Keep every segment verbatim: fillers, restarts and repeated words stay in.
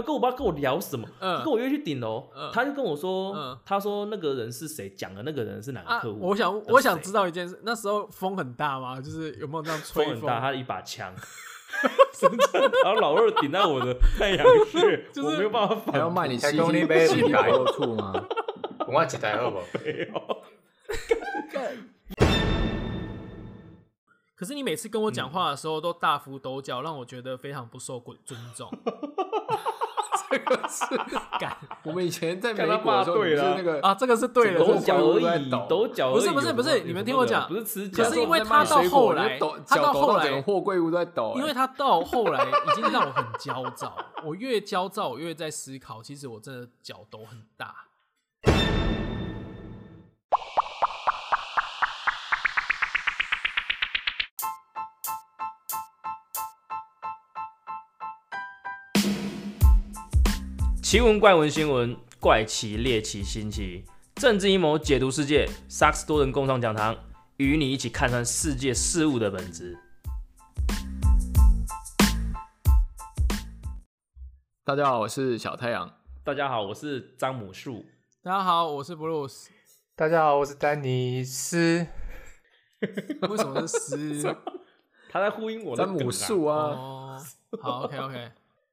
他跟我不知道跟我聊什么， 嗯、 他跟我约去顶楼、嗯，他就跟我说， 嗯、 他说那个人是谁，讲的那个人是哪个客户、 啊？我想我想知道一件事，那时候风很大吗？就是有没有这样吹风？风很大，他一把枪。然后老二顶在我的太阳穴，就是、我没有办法反。 还要卖你七公里杯七百肉醋吗？ 我一台好不好？ 可是你每次跟我讲话的时候都大幅抖脚，让我觉得非常不受尊重。 这个是干，我们以前在美国的时候， 对了那个啊，这个是对的， 抖脚而已，抖脚而已。 不是不是不是，你们听我讲， 不是吃脚。 可是因为他到后来，他到后来， 整个货柜屋都在抖、欸。 因为他到后来已经让我很焦躁，我越焦躁，我越在思考，其实我真的脚抖很大。 奇闻怪闻新闻，怪奇猎奇新奇，政治阴谋解读世界，萨克斯多人共创讲堂，与你一起看穿世界事物的本质。 大家好，我是小太阳。 大家好，我是詹姆树。 大家好，我是布鲁斯。 大家好，我是丹尼斯。 为什么是斯？ 他在呼应我的詹姆树啊。 哦，好 ，OK OK。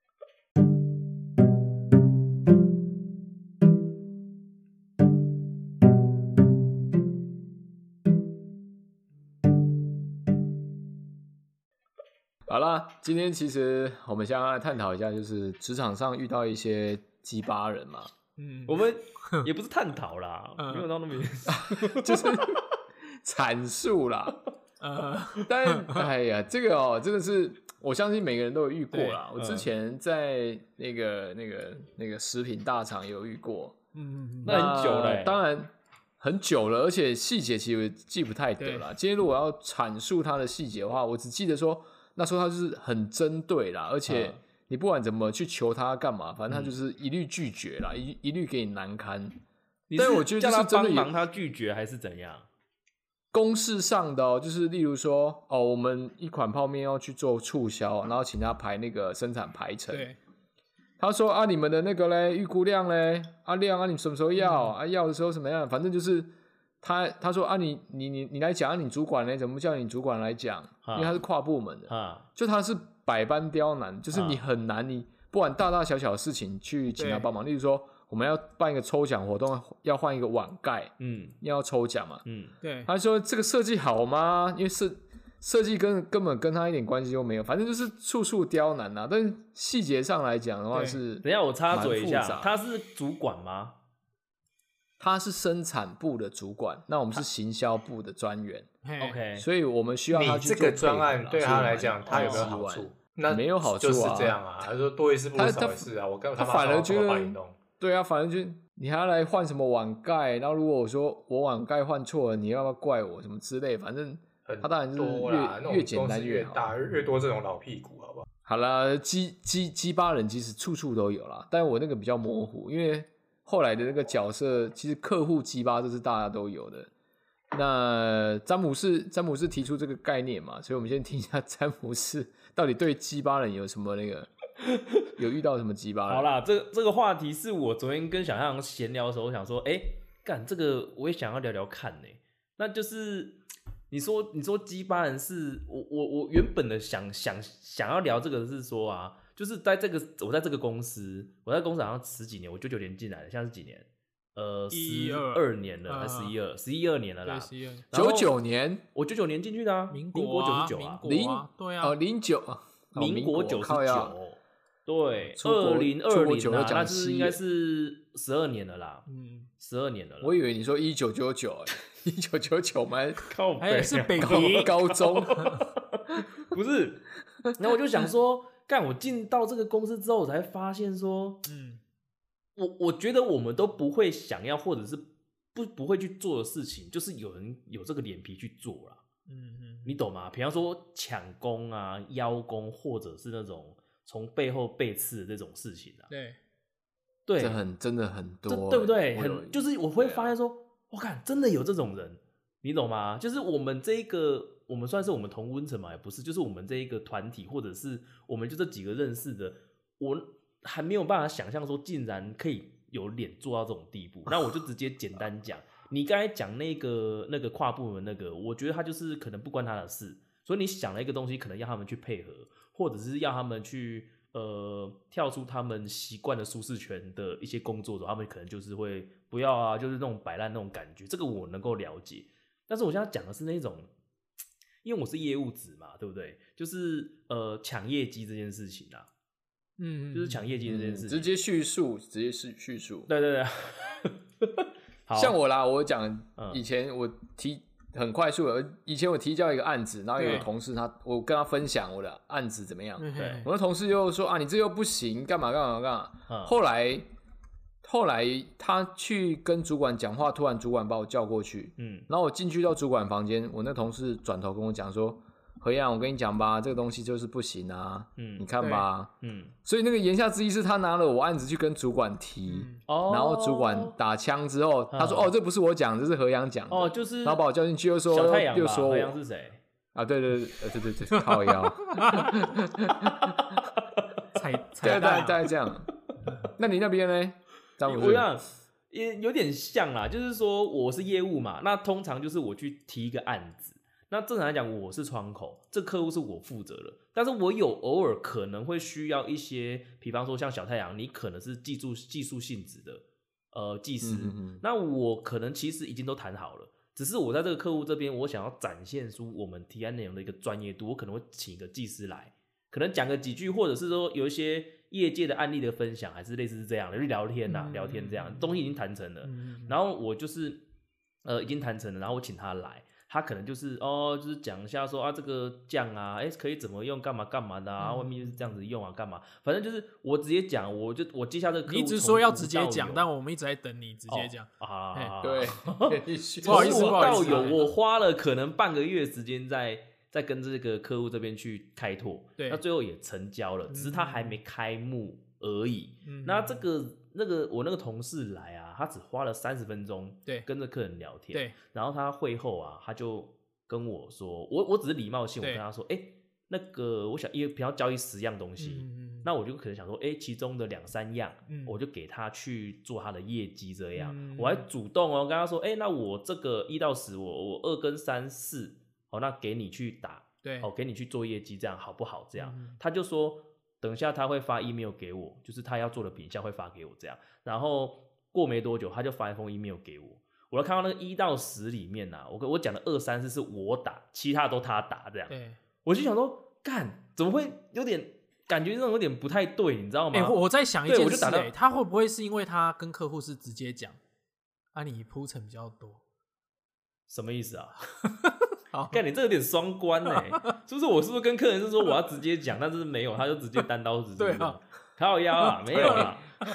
好啦，今天其实我们想要来探讨一下，就是职场上遇到一些鸡巴人嘛。 嗯，我们也不是探讨啦，嗯、没有到那么严肃， 就是阐述啦。呃，但哎呀，这个哦，真的是我相信每个人都有遇过啦。我之前在那个、那个、那个食品大厂有遇过， 嗯， 那很久了、欸， 当然很久了，而且细节其实记不太得啦。今天如果要阐述它的细节的话，我只记得说。那时候他就是很针对啦，而且你不管怎么去求他干嘛，反正他就是一律拒绝啦，一一律给你难堪。但我觉得就是真的帮忙他拒绝还是怎样？ 公事上的哦，就是例如说哦，我们一款泡面要去做促销，然后请他排那个生产排程。 对， 他说啊，你们的那个嘞预估量嘞，啊量啊，你什么时候要、嗯、啊？要的时候什么样？反正就是他他说啊你，你你你来讲啊，你主管嘞，怎么不叫你主管来讲？因为他是跨部门的，啊、就他是百般刁难，就是你很难，你不管大大小小的事情去请他帮忙。例如说，我们要办一个抽奖活动，要换一个碗盖，嗯，要抽奖嘛， 嗯，对。 他说这个设计好吗？因为设设计跟根本跟他一点关系都没有，反正就是处处刁难啊。但是细节上来讲的话是， 等一下我插嘴一下，他是主管吗？ 他是生产部的主管，那我们是行销部的专员。 OK， 所以我们需要他去做你这个专案对他来讲，他有没有好处？那没有好处啊， 就是这样啊。他说多一事不如少一事啊。我跟他反而觉得，对啊，反而就你还要来换什么碗盖，然后如果我说我碗盖换错了，你要不要怪我什么之类？反正他当然就是越越简单越好， 大越多这种老屁股，好不好？ 好啦，鸡鸡鸡巴人其实处处都有啦，但我那个比较模糊，因为后来的那个角色，其实客户鸡巴这是大家都有的。那詹姆士詹姆士提出这个概念嘛，所以我们先听一下詹姆士到底对鸡巴人有什么那个有遇到什么鸡巴人？ 好啦，这这个话题是我昨天跟小象闲聊的时候想说，哎、欸，干这个我也想要聊聊看呢、欸。那就是你说你说鸡巴人是我我我原本的想想想要聊这个是说啊，就是在这个我在这个公司，我在公司好像十几年，我九九年进来的，现在是几年？呃，十二年了，还是十一二？十一二年了啦。 九九年， 我九九年进去的啊， 民国九十九啊， 零对啊， 哦零九， 民国九十九，对，二零二零啊，那是应该是十二年了啦，嗯，十二年了啦。 我以为你说一九九九，一九九九蛮靠北， 是北高高中， 不是。然后我就想说，干，我进到这个公司之后，我才发现说，嗯。我我觉得我们都不会想要，或者是不不会去做的事情，就是有人有这个脸皮去做啦。嗯嗯，你懂吗？比方说抢功啊、邀功，或者是那种从背后背刺的这种事情啊。 对， 对， 这很真的很多， 对不对？很就是我会发现说，我看、啊、真的有这种人，你懂吗？就是我们这一个，我们算是我们同温层嘛，也不是，就是我们这一个团体，或者是我们就这几个认识的，我。 还没有办法想象说竟然可以有脸做到这种地步。那我就直接简单讲，你刚才讲那个那个跨部门那个，我觉得他就是可能不关他的事，所以你想了一个东西，可能要他们去配合，或者是要他们去呃跳出他们习惯的舒适圈的一些工作者，他们可能就是会不要啊，就是那种摆烂那种感觉，这个我能够了解。但是我现在讲的是那种。因为我是业务职嘛，对不对？就是呃抢业绩这件事情啊，嗯，就是抢业绩这件事情， 嗯、直接叙述，直接叙叙述。 对对对， 像我啦，我讲以前我提很快速的，以前我提交一个案子，然后有个同事他，我跟他分享我的案子怎么样，对，我的同事又说啊，你这又不行，干嘛干嘛干嘛。嗯、后来后来他去跟主管讲话，突然主管把我叫过去，嗯，然后我进去到主管房间，我那同事转头跟我讲说，何阳，我跟你讲吧，这个东西就是不行啊，嗯，你看吧，嗯，所以那个言下之意是他拿了我案子去跟主管提，嗯、然后主管打枪之后，他说，哦，这不是我讲，这是何阳讲的， 哦，就是， 然后把我叫进去又说， 小太阳吧， 又说我， 何阳是谁？ 啊，对对对对对对，靠腰， 彩大概大概这样，那你那边呢？ 我想也有点像啦，就是说我是业务嘛，那通常就是我去提一个案子，那正常来讲我是窗口，这客户是我负责的，但是我有偶尔可能会需要一些，比方说像小太阳，你可能是技术技术性质的呃技师，嗯嗯嗯，那我可能其实已经都谈好了，只是我在这个客户这边，我想要展现出我们提案内容的一个专业度，我可能会请一个技师来，可能讲个几句，或者是说有一些业界的案例的分享，还是类似是这样的，就聊天呐、啊嗯，聊天这样，东西已经谈成了，嗯、然后我就是呃已经谈成了，然后我请他来，他可能就是哦，就是讲一下说啊这个酱啊，哎可以怎么用，干嘛干嘛的啊，嗯、外面就是这样子用啊，干嘛，反正就是我直接讲，我就我接下这个客户， 你一直说要直接讲，但我们一直在等你直接讲、 哦、啊， 对， 不好意思，不好意思， 到有我花了可能半个月时间在。再跟这个客户这边去开拓，对，那最后也成交了，嗯、只是他还没开幕而已。嗯、那这个那个我那个同事来啊，他只花了三十分钟，对，跟着客人聊天，对，然后他会后啊，他就跟我说，我我只是礼貌性，我跟他说，哎、欸，那个我想因为平常交易十样东西，嗯、那我就可能想说，哎、欸，其中的两三样，嗯、我就给他去做他的业绩这样，嗯、我还主动哦跟他说，哎、欸，那我这个一到十，我我二跟三四。好，那给你去打，对，好，给你去做业绩，这样好不好？这样，嗯、他就说，等一下他会发 email 给我，就是他要做的品项会发给我这样。然后过没多久，他就发一封 email 给我，我要看到那个一到十里面啊，我我讲的二三四是我打，其他都他打这样。对，我就想说，干怎么会有点感觉这种有点不太对，你知道吗？ 哎、欸，我在想一件事、欸，哎，他会不会是因为他跟客户是直接讲，啊，你铺陈比较多， 什么意思啊？干你这有点双关哎、欸，是不是？我是不是跟客人是说我要直接讲，但是没有，他就直接单刀直入，对啊，靠腰啊，没有啦。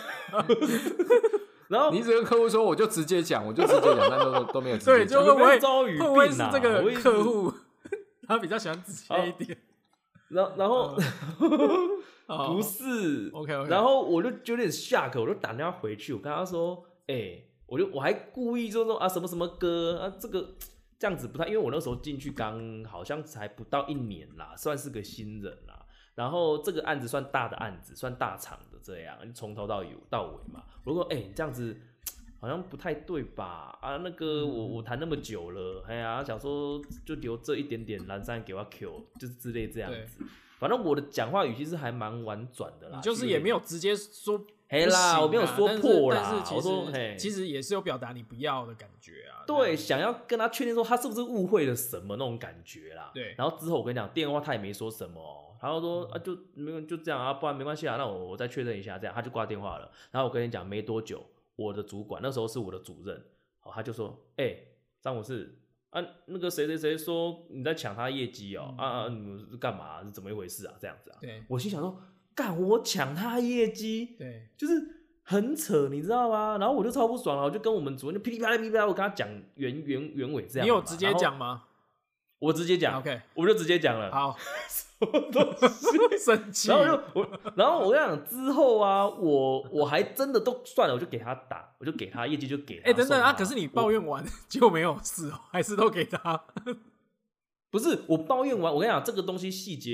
然后你只跟客户说，我就直接讲，我就直接讲，但都都没有直接讲。 对，就会不会遭遇病啊？ 会不会是这个客户他比较喜欢直接一点？ 然后然后不是 ，OK OK， 然后我就有点 shock， 我就打电话回去，我跟他说，哎、欸，我就我还故意就说啊什么什么歌啊这个。这样子不太，因为我那时候进去刚好像才不到一年啦，算是个新人啦。然后这个案子算大的案子，算大厂的这样，从头到尾到尾嘛。我说，哎、欸，这样子好像不太对吧？啊，那个我我谈那么久了，哎呀，想说就留这一点点蓝山给我 Q， 就是之类这样子。反正我的讲话语气是还蛮婉转的啦， 你就是也没有直接说。 嘿啦，我没有说破啦， 但是但是我说嘿， 其实也是有表达你不要的感觉啊。 对，想要跟他确定说他是不是误会了什么那种感觉啦。对，然后之后我跟你讲，电话他也没说什么、喔，他就说、嗯、啊就没有就这样啊，不然没关系啊，那我我再确认一下，这样他就挂电话了。然后我跟你讲，没多久，我的主管那时候是我的主任，哦，他就说，哎、欸，张武士啊，那个谁谁谁说你在抢他业绩哦、喔嗯，啊啊，你们是干嘛？是怎么一回事啊？这样子啊？对，我心想说，干我抢他业绩，对，就是。很扯，你知道吗？然后我就超不爽了，我就跟我们主任就噼里啪啦噼里啪啦，我跟他讲原原原委这样。 你有直接讲吗？ 我直接讲 ，OK， 我就直接讲了。 好， 什么东西？ 生气。 然后我就我，然后我跟你讲之后啊，我我还真的都算了，我就给他打，我就给他业绩就给他。 哎、欸，等等啊，可是你抱怨完就没有事哦，还是都给他？ 不是我抱怨完，我跟你讲这个东西细节。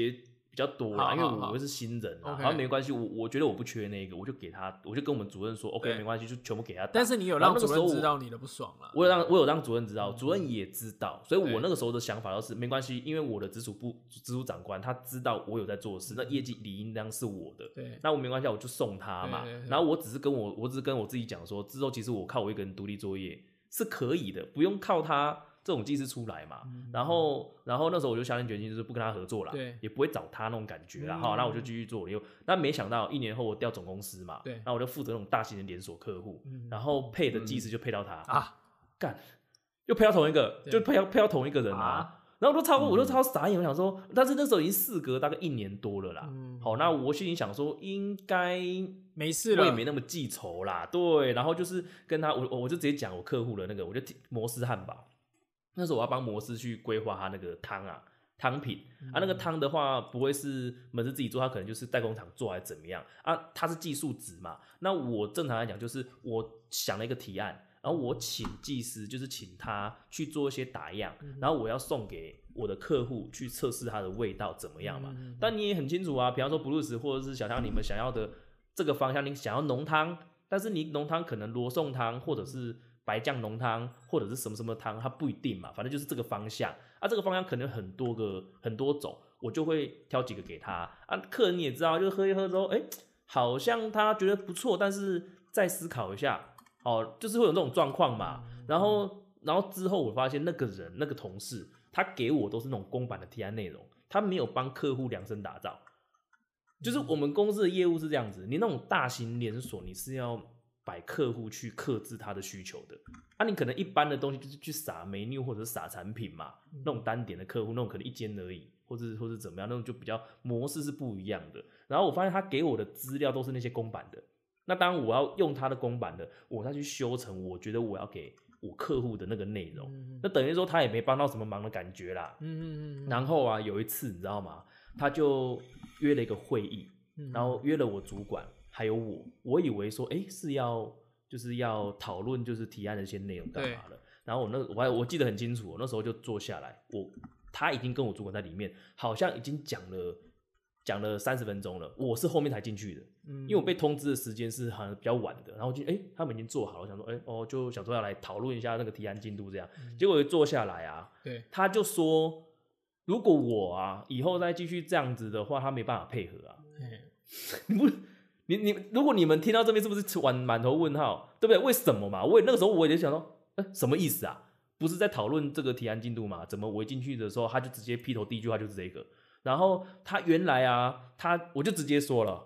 比较多啦，因为我是新人啊，然后没关系，我我觉得我不缺那个，我就给他，我就跟我们主任说 ，OK， 没关系，就全部给他打。 但是你有让主任知道你的不爽了？ 我有让，我有让主任知道，主任也知道，所以我那个时候的想法就是没关系，因为我的直属部直属长官他知道我有在做事，那业绩理应当是我的， 对， 那我没关系，我就送他嘛。然后我只是跟我，我只是跟我自己讲说，之后其实我靠我一个人独立作业是可以的，不用靠他。这种技师出来嘛，嗯、然后，然后那时候我就下定决心，就是不跟他合作啦，也不会找他那种感觉啦，哈、嗯，那我就继续做了。但没想到一年后我调总公司嘛，然后我就负责那种大型的连锁客户，嗯、然后配的技师就配到他、嗯、啊，干，又配到同一个，就配到配到同一个人啊，啊然后我都超过，我都超傻眼，我想说，但是那时候已经事隔大概一年多了啦，嗯、好，那我心里想说应该没事了， 我也没那么记仇啦，对，然后就是跟他，我我就直接讲我客户的那个，我就摩斯汉堡。那时候我要帮摩斯去规划他那个汤啊汤品、嗯、啊，那个汤的话不会是门市自己做，他可能就是代工厂做还是怎么样啊？他是技术值嘛，那我正常来讲就是我想了一个提案，然后我请技师就是请他去做一些打样，嗯、然后我要送给我的客户去测试它的味道怎么样嘛。嗯、但你也很清楚啊，比方说布鲁斯或者是小汤，你们想要的这个方向，你想要浓汤，但是你浓汤可能罗宋汤或者是白酱浓汤或者是什么什么汤，它不一定嘛，反正就是这个方向啊，这个方向可能很多个很多种，我就会挑几个给他啊。客人你也知道，就是喝一喝之后，哎、欸，好像他觉得不错，但是再思考一下，哦，就是会有这种状况嘛。然后，然后之后我发现那个人那个同事，他给我都是那种公版的提案内容，他没有帮客户量身打造。就是我们公司的业务是这样子，你那种大型连锁，你是要摆客户去客制他的需求的，啊，你可能一般的东西就是去撒 menu 或者是撒产品嘛，嗯、那种单点的客户，那种可能一间而已，或者或者怎么样，那种就比较模式是不一样的。然后我发现他给我的资料都是那些公版的，那当然我要用他的公版的，我再去修成我觉得我要给我客户的那个内容，嗯、那等于说他也没帮到什么忙的感觉啦。嗯嗯嗯然后啊，有一次你知道吗？他就约了一个会议，嗯、然后约了我主管。还有我，我以为说，哎、欸，是要就是要讨论就是提案的一些内容干嘛的。然后我那我还我记得很清楚，我那时候就坐下来，我他已经跟我主管在里面，好像已经讲了讲了三十分钟了，我是后面才进去的，嗯、因为我被通知的时间是好像比较晚的。然后就哎、欸，他们已经做好了，我想说，哎、欸、哦，就想说要来讨论一下那个提案进度这样。嗯、结果一坐下来啊， 对， 他就说，如果我啊以后再继续这样子的话，他没办法配合啊。你不。你你如果你们听到这边是不是满满头问号，对不对？为什么嘛？我也那个时候我也想说，欸、什么意思啊？不是在讨论这个提案进度吗？怎么我一进去的时候他就直接劈头第一句话就是这个？然后他原来啊，他我就直接说了，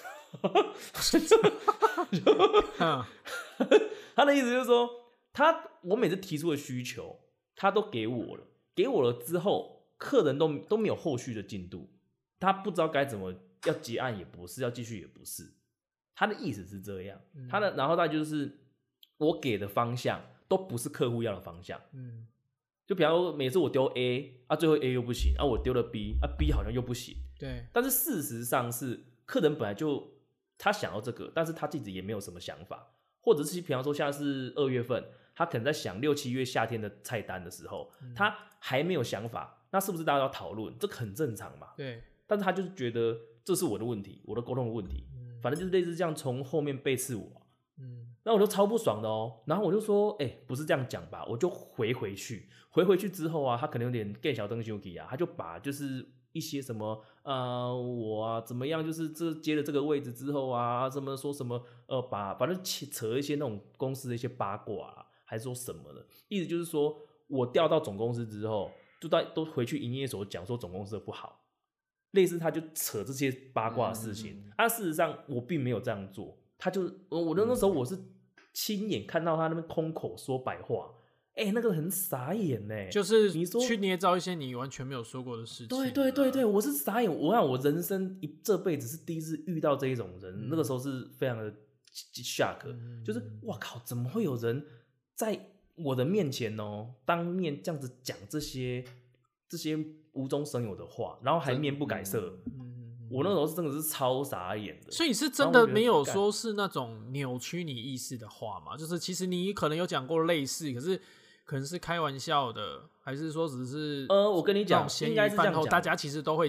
他的意思就是说，他我每次提出的需求，他都给我了，给我了之后，客人都都没有后续的进度，他不知道该怎么。要结案也不是，要继续也不是，他的意思是这样，嗯、他的然后他就是我给的方向都不是客户要的方向，嗯，就比方说每次我丢 A 啊，最后 A 又不行啊，我丢了 B 啊 B 好像又不行， 对， 但是事实上是客人本来就他想要这个，但是他自己也没有什么想法，或者是比方说现在是二月份，他可能在想六七月夏天的菜单的时候，嗯、他还没有想法，那是不是大家要讨论？这个很正常嘛， 对， 但是他就是觉得。这是我的问题，我的沟通的问题，嗯、反正就是类似这样从后面背刺我，嗯，那我就超不爽的哦。然后我就说，哎、欸，不是这样讲吧？我就回回去，回回去之后啊，他可能有点更小灯休息啊，他就把就是一些什么呃我啊怎么样，就是这接了这个位置之后啊，什么说什么呃把反正扯一些那种公司的一些八卦啊，还是说什么的，意思就是说我调到总公司之后，就到都回去营业所讲说总公司的不好。类似他就扯这些八卦的事情，嗯嗯嗯啊，事实上我并没有这样做，他就我那时候我是亲眼看到他那边空口说白话，哎、欸，那个很傻眼呢， 就是你说去捏造一些你完全没有说过的事情。 对对对对，我是傻眼，我让我人生一这辈子是第一次遇到这一种人，嗯、那个时候是非常的 shock，、嗯、就是哇靠，怎么会有人在我的面前哦，当面这样子讲这些这些。无中生有的话，然后还面不改色，嗯、我那时候是真的是超傻眼的。 所以是真的没有说是那种扭曲你意思的话嘛？就是其实你可能有讲过类似，可是可能是开玩笑的，还是说只是呃，我跟你讲，应该是这样讲， 大家其实都会讲啊，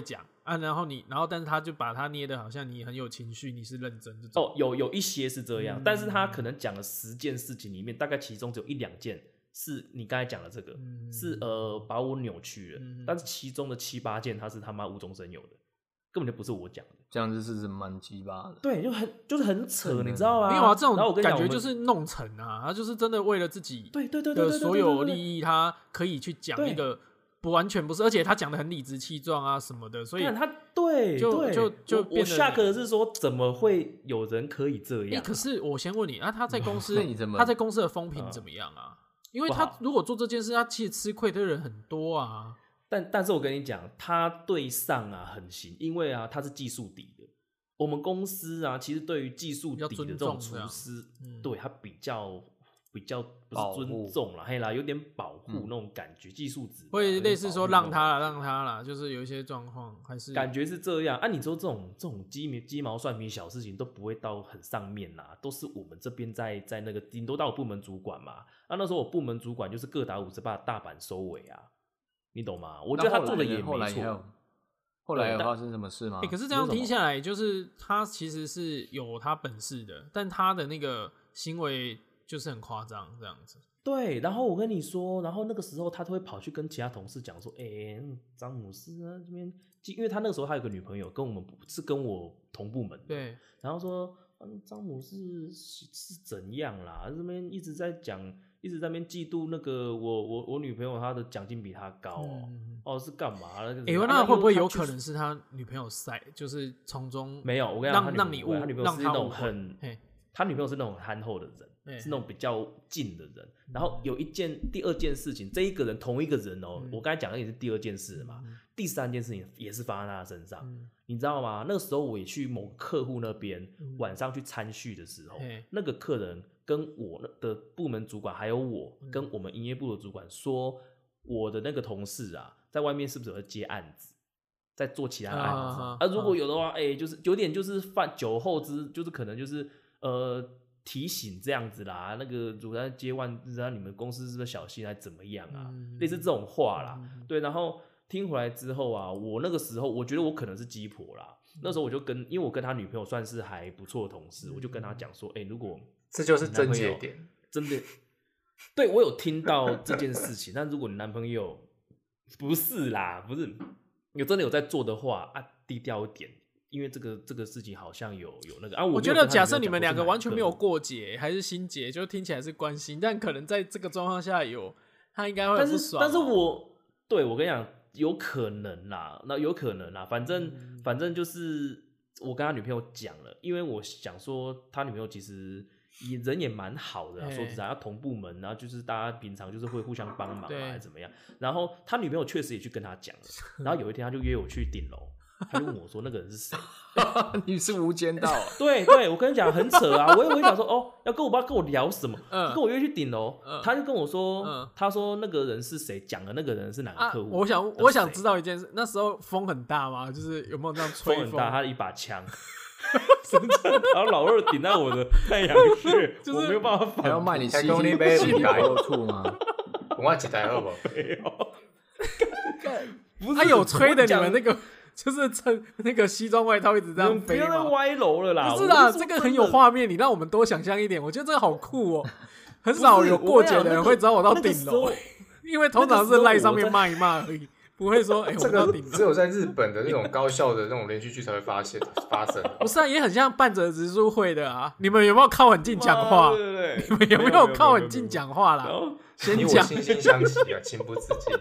啊，然后你，然后但是他就把他捏的好像你很有情绪，你是认真这种。 哦，有有一些是这样，嗯、但是他可能讲了十件事情里面，大概其中只有一两件是你刚才讲的这个，嗯、是呃把我扭曲了，嗯、但是其中的七八件他是他妈无中生有的，根本就不是我讲的。 这样子是蛮鸡巴的。 对，就很就是很扯，你知道吗？ 没有啊，这种感觉就是弄成啊，他就是真的为了自己对对对的所有利益，他可以去讲一个。不完全不是，而且他讲的很理直气壮啊什么的，所以他对就对就就我下课的是说，怎么会有人可以这样、啊？ 欸、可是我先问你啊，他在公司他在公司的风评怎么样啊？因为他如果做这件事，他其实吃亏的人很多啊。 但但是我跟你讲，他对上啊很行，因为啊他是技术底的。我们公司啊，其实对于技术底的这种厨师，嗯、对他比较。比较不是尊重啦，嘿啦，有点保护那种感觉，嗯、技术值会类似说让他啦，让他啦，就是有一些状况还是感觉是这样。啊，你说这种这种鸡鸡毛蒜皮小事情都不会到很上面啦，都是我们这边在在那个顶多到我部门主管嘛。啊，那时候我部门主管就是各打五十把大板收尾啊，你懂吗？我觉得他做的也没错。 后来有发生什么事吗？ 欸、可是这样听下来，就是他其实是有他本事的，但他的那个行为。就是很夸张这样子， 对。然后我跟你说，然后那个时候他都会跑去跟其他同事讲说：“哎、欸，詹姆斯啊这边，因为他那个时候他有个女朋友，跟我们是跟我同部门的。 对。 然后说，嗯，詹姆斯是是怎样啦？这边一直在讲，一直在那边嫉妒那个我我我女朋友，她的奖金比他高哦，嗯、哦是干嘛？那个、 欸，那会不会有可能是他女朋友塞，就是从中没有？我跟你讲， 让让你误， 他女朋友是那种很，他女朋友是那种很憨厚的人。”是那种比较近的人，然后有一件第二件事情，这一个人同一个人哦，嗯、我刚才讲的也是第二件事嘛，嗯、第三件事情也是发生在他身上，嗯、你知道吗？那个时候我也去某个客户那边，嗯、晚上去参叙的时候，嗯、那个客人跟我的部门主管还有我、嗯、跟我们营业部的主管说，我的那个同事啊，在外面是不是有在接案子，在做其他案子？啊，啊如果有的话，哎、欸，就是有点就是犯酒后之，就是可能就是呃。提醒这样子啦，那个如果在接万日啊，你们公司是不是小心还怎么样啊？嗯、类似这种话啦，嗯、对。然后听回来之后啊，我那个时候我觉得我可能是鸡婆啦。嗯、那时候我就跟，因为我跟他女朋友算是还不错的同事，嗯、我就跟他讲说，哎、欸，如果这就是症结点， 真的，对我有听到这件事情。但如果你男朋友不是啦，不是有真的有在做的话啊，低调一点。因为这个这个事情好像有有那个啊，我, 我觉得假设你们两个完全没有过节，还是心结，就听起来是关心，但可能在这个状况下有，他应该会不爽、啊。 但是但是我对我跟你讲，有可能啦，那有可能啦，反正、嗯、反正就是我跟他女朋友讲了，因为我想说他女朋友其实也人也蛮好的、啊，说实在，要同部门，然后就是大家平常就是会互相帮忙啊，还是怎么样。然后他女朋友确实也去跟他讲了，然后有一天他就约我去顶楼。他就问我说：“那个人是谁？” 你是无间道、啊？ 对对，我跟你讲很扯啊！我也会想说，哦，要跟我爸跟我聊什么？嗯、跟我约去顶楼，嗯、他就跟我说，嗯、他说那个人是谁？讲的那个人是哪个客户、 啊？我想我想知道一件事，那时候风很大吗？就是有没有这样吹风？ 风很大，他一把枪，然后老二顶在我的太阳穴，就是、我没有办法反。 还要卖你西京西改肉醋吗？ 我几台好不好？ 没有。 不是他有吹的，你们那个。就是趁那个西装外套一直这样飞嘛， 不要再歪楼了啦！ 不是啦，这个很有画面，你让我们多想象一点。我觉得这个好酷哦、喔，很少有过节的人会找我到顶楼、欸，因为通常是赖上面骂一骂而已，不会说哎、欸，我到顶楼。 只有在日本的那种高校的那种连续剧才会发现发生。 不是啊，也很像半泽直树会的啊。你们有没有靠很近讲话？ 对对对， 你们有没有靠很近讲话啦？先讲， 你我惺惺相惜啊，情不自禁。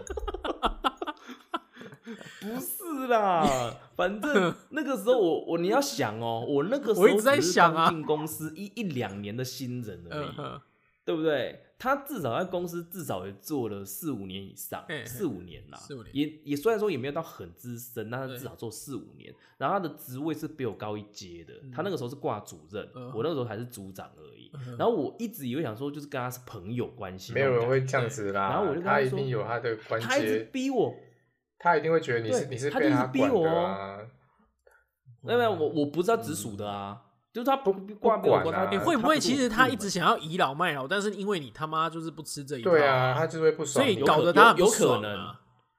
不是啦，反正那个时候我我你要想哦、喔，我那个时候我一直在想啊， 进公司一一两年的新人而已，嗯、对不对？他至少在公司至少也做了四五年以上，四五年啦， 四五年也也虽然说也没有到很资深，但他至少做四五年。然后他的职位是比我高一阶的，嗯、他那个时候是挂主任，嗯、我那个时候还是组长而已。嗯、然后我一直以为想说，就是跟他是朋友关系， 没有人会这样子啦。 然后我就跟他一定有他的关节， 他一直逼我。 他一定会觉得你是你是被他管的啊！ 没有没有，我我不是他直属的啊，嗯、就是他不挂不管啊。 你会不会其实他一直想要倚老卖老，但是因为你他妈就是不吃这一套， 对啊，他就会不爽， 所以搞得他很有可能，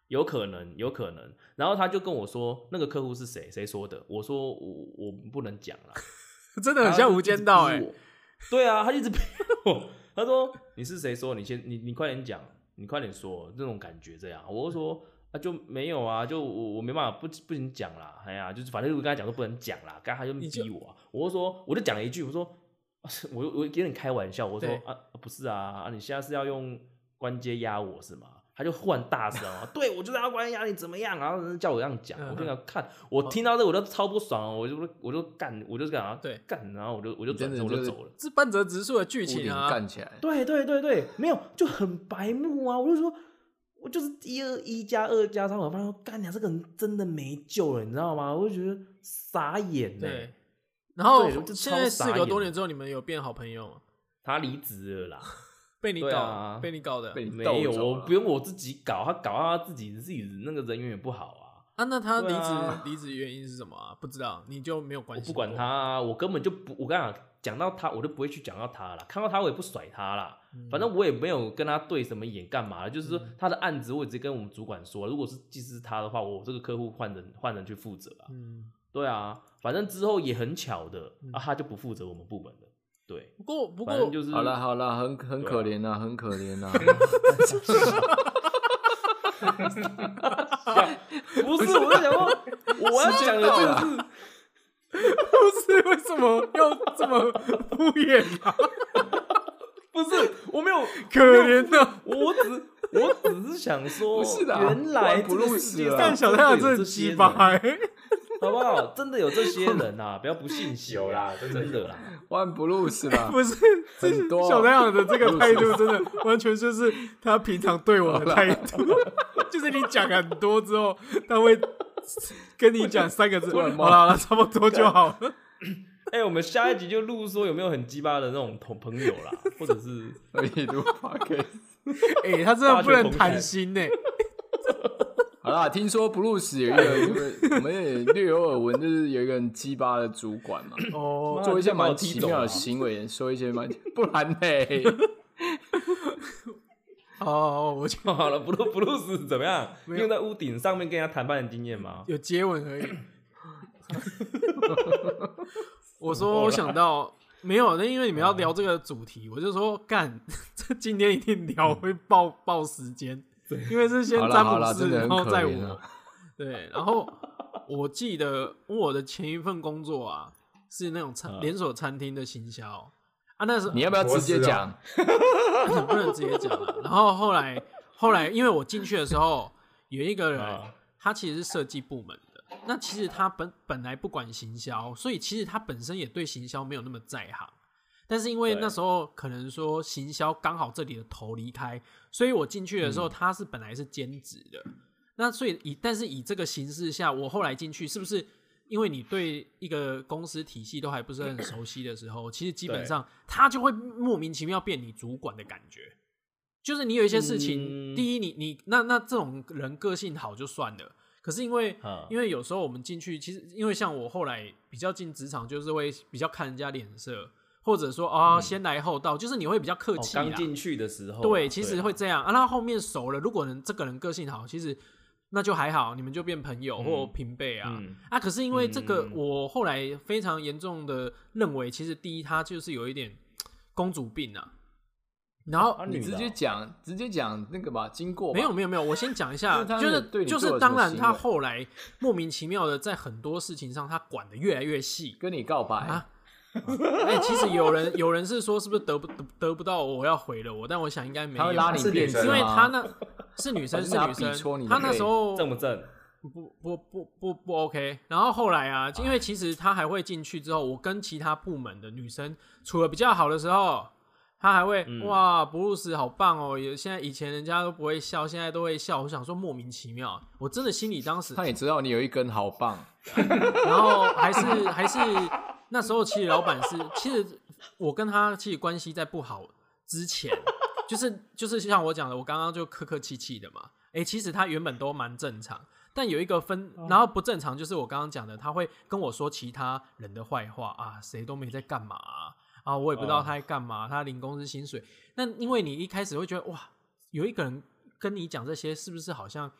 有可能，有可能。然后他就跟我说，那个客户是谁？谁说的？我说我我不能讲啦。 真的很像无间道哎、欸。 对啊，他一直逼我。他说你是谁说？你先你你快点讲，你快点说，这种感觉这样。我就说啊就没有啊，就我我没办法不不行讲啦。哎呀，就是反正我跟他讲说不能讲啦，刚才他就逼我、啊，我就说我就讲了一句，我说我我有点开玩笑，我说啊不是啊啊你现在是要用关节压我是吗？他就忽然大声啊，对我就是要关压你怎么样，然后叫我这样讲，我就想看，我听到这我都超不爽，我就我就干，我就干啊，对干，然后我就我就转身我就走了， 是半泽直树的剧情啊， 干起来， 对对对对，没有就很白目啊，我就说，我就是一二一加二加三，我发现干娘这个人真的没救了，你知道吗？我就觉得傻眼呢、欸。 对，然后现在事隔多年之后，你们有变好朋友吗？ 他离职了啦。 被你搞、 啊， 被你搞的， 被你没有，我不用我自己搞，他搞他自己自己那个人缘也不好啊。 啊，那他离职离职原因是什么啊？不知道，你就没有关系。 我不管他、啊，我根本就不，我跟你讲，讲到他，我就不会去讲到他了。看到他，我也不甩他啦。嗯、反正我也没有跟他对什么眼干嘛的，就是说他的案子，我直接跟我们主管说，如果是既是他的话，我这个客户换人换人去负责啊。嗯，对啊，反正之后也很巧的、嗯、啊，他就不负责我们部门了。对， 不过不过就是好了好了，很很可怜啊，很可怜啊。 不是，我在讲说，我要讲的这个是， 不是为什么要这么敷衍啊？ 不是，我没有可怜的， 我只我只是想说， 不是的， 原来这个世界上小太阳真的鸡巴， 好不好？真的有这些人啊，不要不信邪有啦， 真的啦。 One Blues 啦， 不是， 很多小太阳的这个态度真的完全就是他平常对我的态度，就是你讲很多之后，他会跟你讲三个字，好了好了，差不多就好了。 哎、欸，我们下一集就录说有没有很鸡巴的那种同朋友啦，或者是可以录 podcast。 哎、欸，他真的不能谈心呢、欸。 好啦，听说 Blues 有一个，我们也略有耳闻，就是有一个很鸡巴的主管嘛， 哦， 做一些蛮奇妙的行为，说一些蛮不然嘞。 哦，我就好了，布鲁布鲁斯怎么样？用在屋顶上面跟人家谈判的经验吗？ 有接吻而已。我说我想到没有，那因为你们要聊这个主题，我就说干，这今天一定聊会爆爆时间。因为是先詹姆斯，然后再我，对，然后我记得我的前一份工作啊，是那种餐连锁餐厅的行销啊，那时候你要不要直接讲？ 不能直接讲了。然后后来后来，因为我进去的时候，有一个人，他其实是设计部门的，那其实他本本来不管行销，所以其实他本身也对行销没有那么在行。但是因为那时候可能说行销刚好这里的头离开，所以我进去的时候他是本来是兼职的，嗯、那所以以但是以这个形式下，我后来进去是不是因为你对一个公司体系都还不是很熟悉的时候，其实基本上他就会莫名其妙变你主管的感觉，就是你有一些事情，嗯、第一你你那那这种人个性好就算了。可是因为、嗯、因为有时候我们进去，其实因为像我后来比较进职场，就是会比较看人家脸色。或者说啊、哦，先来后到，嗯、就是你会比较客气啦。 刚进去的时候， 对，其实会这样啊。那后面熟了，如果人这个人个性好，其实那就还好，你们就变朋友或平辈啊。嗯、啊，可是因为这个，嗯、我后来非常严重的认为，其实第一，他就是有一点公主病啊。然后、 啊、你直接讲，直接讲那个吧，经过吧没有没有没有，我先讲一下，就是就是当然，他后来莫名其妙的在很多事情上，他管得越来越细， 跟你告白啊。哎、欸，其实有人有人是说，是不是得不得得不到我要回了我？但我想应该没有。 他会拉你变身， 因为他那是女生是女生，他那时候正不正？ 不不不不不 OK。然后后来啊，因为其实他还会进去之后，我跟其他部门的女生处的比较好的时候，他还会、嗯、哇，布鲁斯好棒哦！有现在以前人家都不会笑，现在都会笑。我想说莫名其妙，我真的心里当时他也知道你有一根好棒， 然后还是还是。那时候其实老板是，其实我跟他其实关系在不好之前，就是就是像我讲的，我刚刚就客客气气的嘛。哎、欸，其实他原本都蛮正常，但有一个分，然后不正常就是我刚刚讲的，他会跟我说其他人的坏话啊，谁都没在干嘛啊，啊，我也不知道他在干嘛，他领公司薪水。那因为你一开始会觉得哇，有一个人跟你讲这些，是不是好像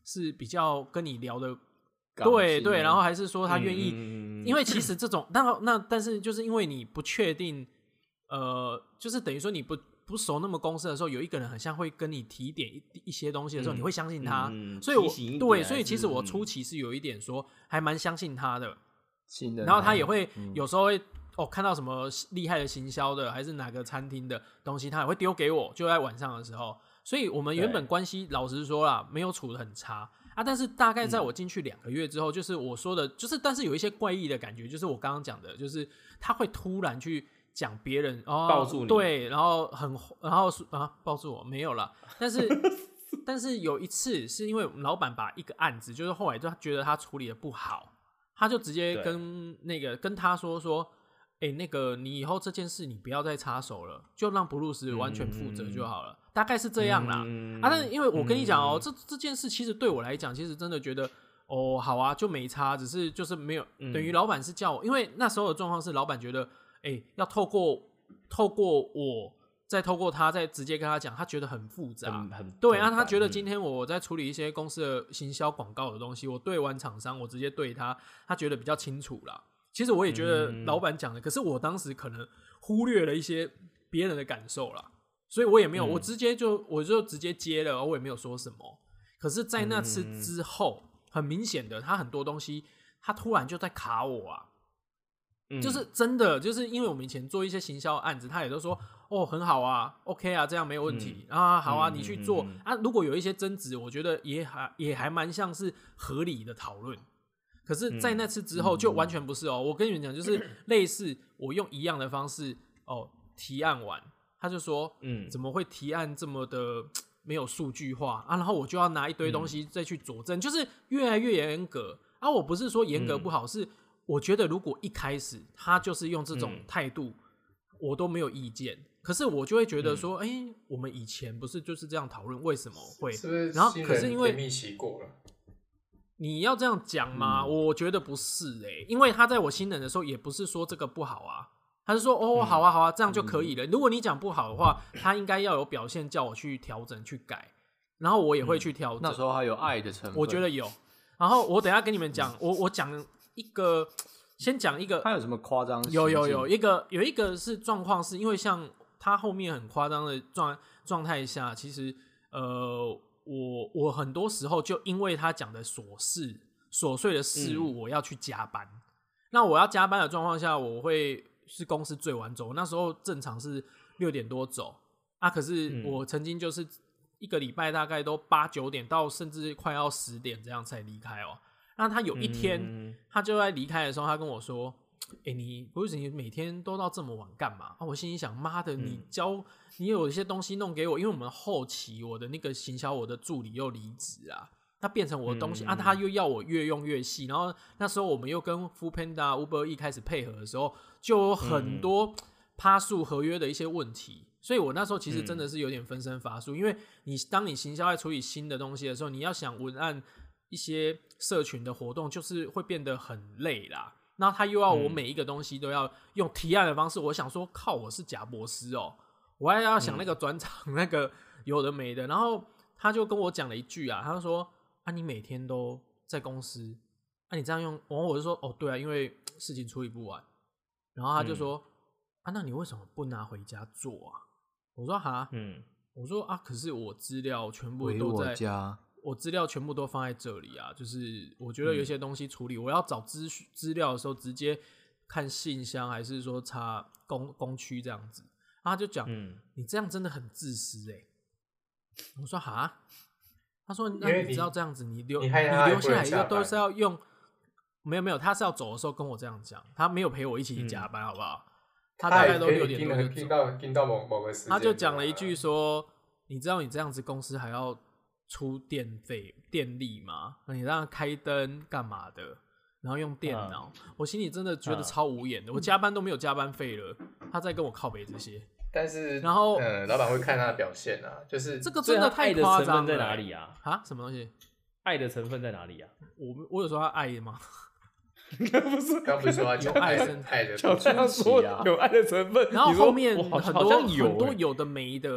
是比较跟你聊的，对对，然后还是说他愿意，嗯、因为其实这种，那那但是就是因为你不确定，呃，就是等于说你不不熟那么公司的时候，有一个人很像会跟你提点 一, 一些东西的时候，嗯、你会相信他，嗯、所以我对，所以其实我初期是有一点说还蛮相信他的，然后他也会、嗯、有时候会。哦，看到什么厉害的行销的，还是哪个餐厅的东西，他也会丢给我，就在晚上的时候。所以我们原本关系，老实说啦，没有处得很差啊。但是大概在我进去两个月之后，嗯、就是我说的，就是但是有一些怪异的感觉，就是我刚刚讲的，就是他会突然去讲别人，哦， 抱住你， 对，然后很，然后啊，抱住我没有啦，但是但是有一次是因为老板把一个案子，就是后来就他觉得他处理的不好，他就直接跟那个跟他说说。哎、欸，那个，你以后这件事你不要再插手了，就让布鲁斯完全负责就好了，嗯、大概是这样啦。嗯、啊，但是因为我跟你讲哦、喔，嗯、这这件事其实对我来讲，其实真的觉得哦，好啊，就没差，只是就是没有，嗯、等于老板是叫我，因为那时候的状况是老板觉得，哎、欸，要透过透过我，再透过他，再直接跟他讲，他觉得很复杂， 很很对啊，他觉得今天我在处理一些公司的行销广告的东西，我对完厂商，我直接对他，他觉得比较清楚啦。其实我也觉得老板讲的，嗯、可是我当时可能忽略了一些别人的感受啦，所以我也没有，嗯、我直接就我就直接接了，我也没有说什么。可是，在那次之后，嗯、很明显的，他很多东西，他突然就在卡我啊，嗯、就是真的，就是因为我们以前做一些行销案子，他也都说哦很好啊 ，OK 啊，这样没有问题、嗯、啊，好啊，你去做、嗯、啊。如果有一些争执，我觉得也还也还蛮像是合理的讨论。可是，在那次之后就完全不是哦。我跟你们讲，就是类似我用一样的方式哦提案完，他就说，嗯，怎么会提案这么的没有数据化啊？然后我就要拿一堆东西再去佐证，嗯、就是越来越严格啊。我不是说严格不好，嗯、是我觉得如果一开始他就是用这种态度，嗯、我都没有意见。可是我就会觉得说，哎、嗯欸，我们以前不是就是这样讨论，为什么会？ 是不是？ 然后可是因为甜蜜期过了。 你要这样讲吗？嗯、我觉得不是哎、欸，因为他在我新人的时候也不是说这个不好啊，他是说哦，好啊好啊，这样就可以了。嗯、如果你讲不好的话，他应该要有表现叫我去调整去改，然后我也会去调整。 嗯、那时候还有爱的成分， 我觉得有。然后我等一下跟你们讲，我我讲一个，先讲一个， 他有什么夸张？ 有有有一个有一个是状况，是因为像他后面很夸张的状状态下，其实呃。我我很多时候就因为他讲的琐事、琐碎的事物，我要去加班。嗯、那我要加班的状况下，我会是公司最晚走。那时候正常是六点多走啊，可是我曾经就是一个礼拜大概都八九点到，甚至快要十点这样才离开哦。那他有一天，嗯、他就在离开的时候，他跟我说：“哎、欸，你不是你每天都到这么晚干嘛？”啊，我心里想：“妈的，你教。嗯”你有一些东西弄给我，因为我们后期我的那个行销，我的助理又离职啊，他变成我的东西、嗯、啊，他又要我越用越细，然后那时候我们又跟 Foodpanda、Uber Eats 开始配合的时候，就有很多趴数合约的一些问题，所以我那时候其实真的是有点分身乏术，因为你当你行销在处理新的东西的时候，你要想文案一些社群的活动，就是会变得很累啦。然后他又要我每一个东西都要用提案的方式，我想说，靠，我是贾博士哦。我还要想那个转场、嗯、那个有的没的，然后他就跟我讲了一句啊，他就说啊，你每天都在公司，啊，你这样用，然后我就说哦，对啊，因为事情处理不完，然后他就说、嗯、啊，那你为什么不拿回家做啊？我说哈，嗯，我说啊，可是我资料全部都在我家， 我资料全部都放在这里啊，就是我觉得有些东西处理，嗯、我要找资资料的时候，直接看信箱，还是说查工工区这样子。他就讲、嗯，你这样真的很自私哎、欸。我说哈，他说那你知道这样子，你留 你, 你留下来又都是要用，没有没有，他是要走的时候跟我这样讲，他没有陪我一起加班，嗯、好不好？他大概都六点多就走， 听到听到某某个时间， 他就讲了一句说，你知道你这样子公司还要出电费电力吗？你让他开灯干嘛的？然后用电脑、嗯，我心里真的觉得超无言的。嗯、我加班都没有加班费了，他在跟我靠北这些。 但是， 然后， 嗯，老板会看他的表现啊，就是这个真的太夸张了。 在哪里啊？ 啊，什么东西？ 爱的成分在哪里啊？ 我我有说他爱吗？ 不是， 刚不是说他有爱生爱的， 这样说有爱的成分。 然后后面很多有、欸、 很多有的没的，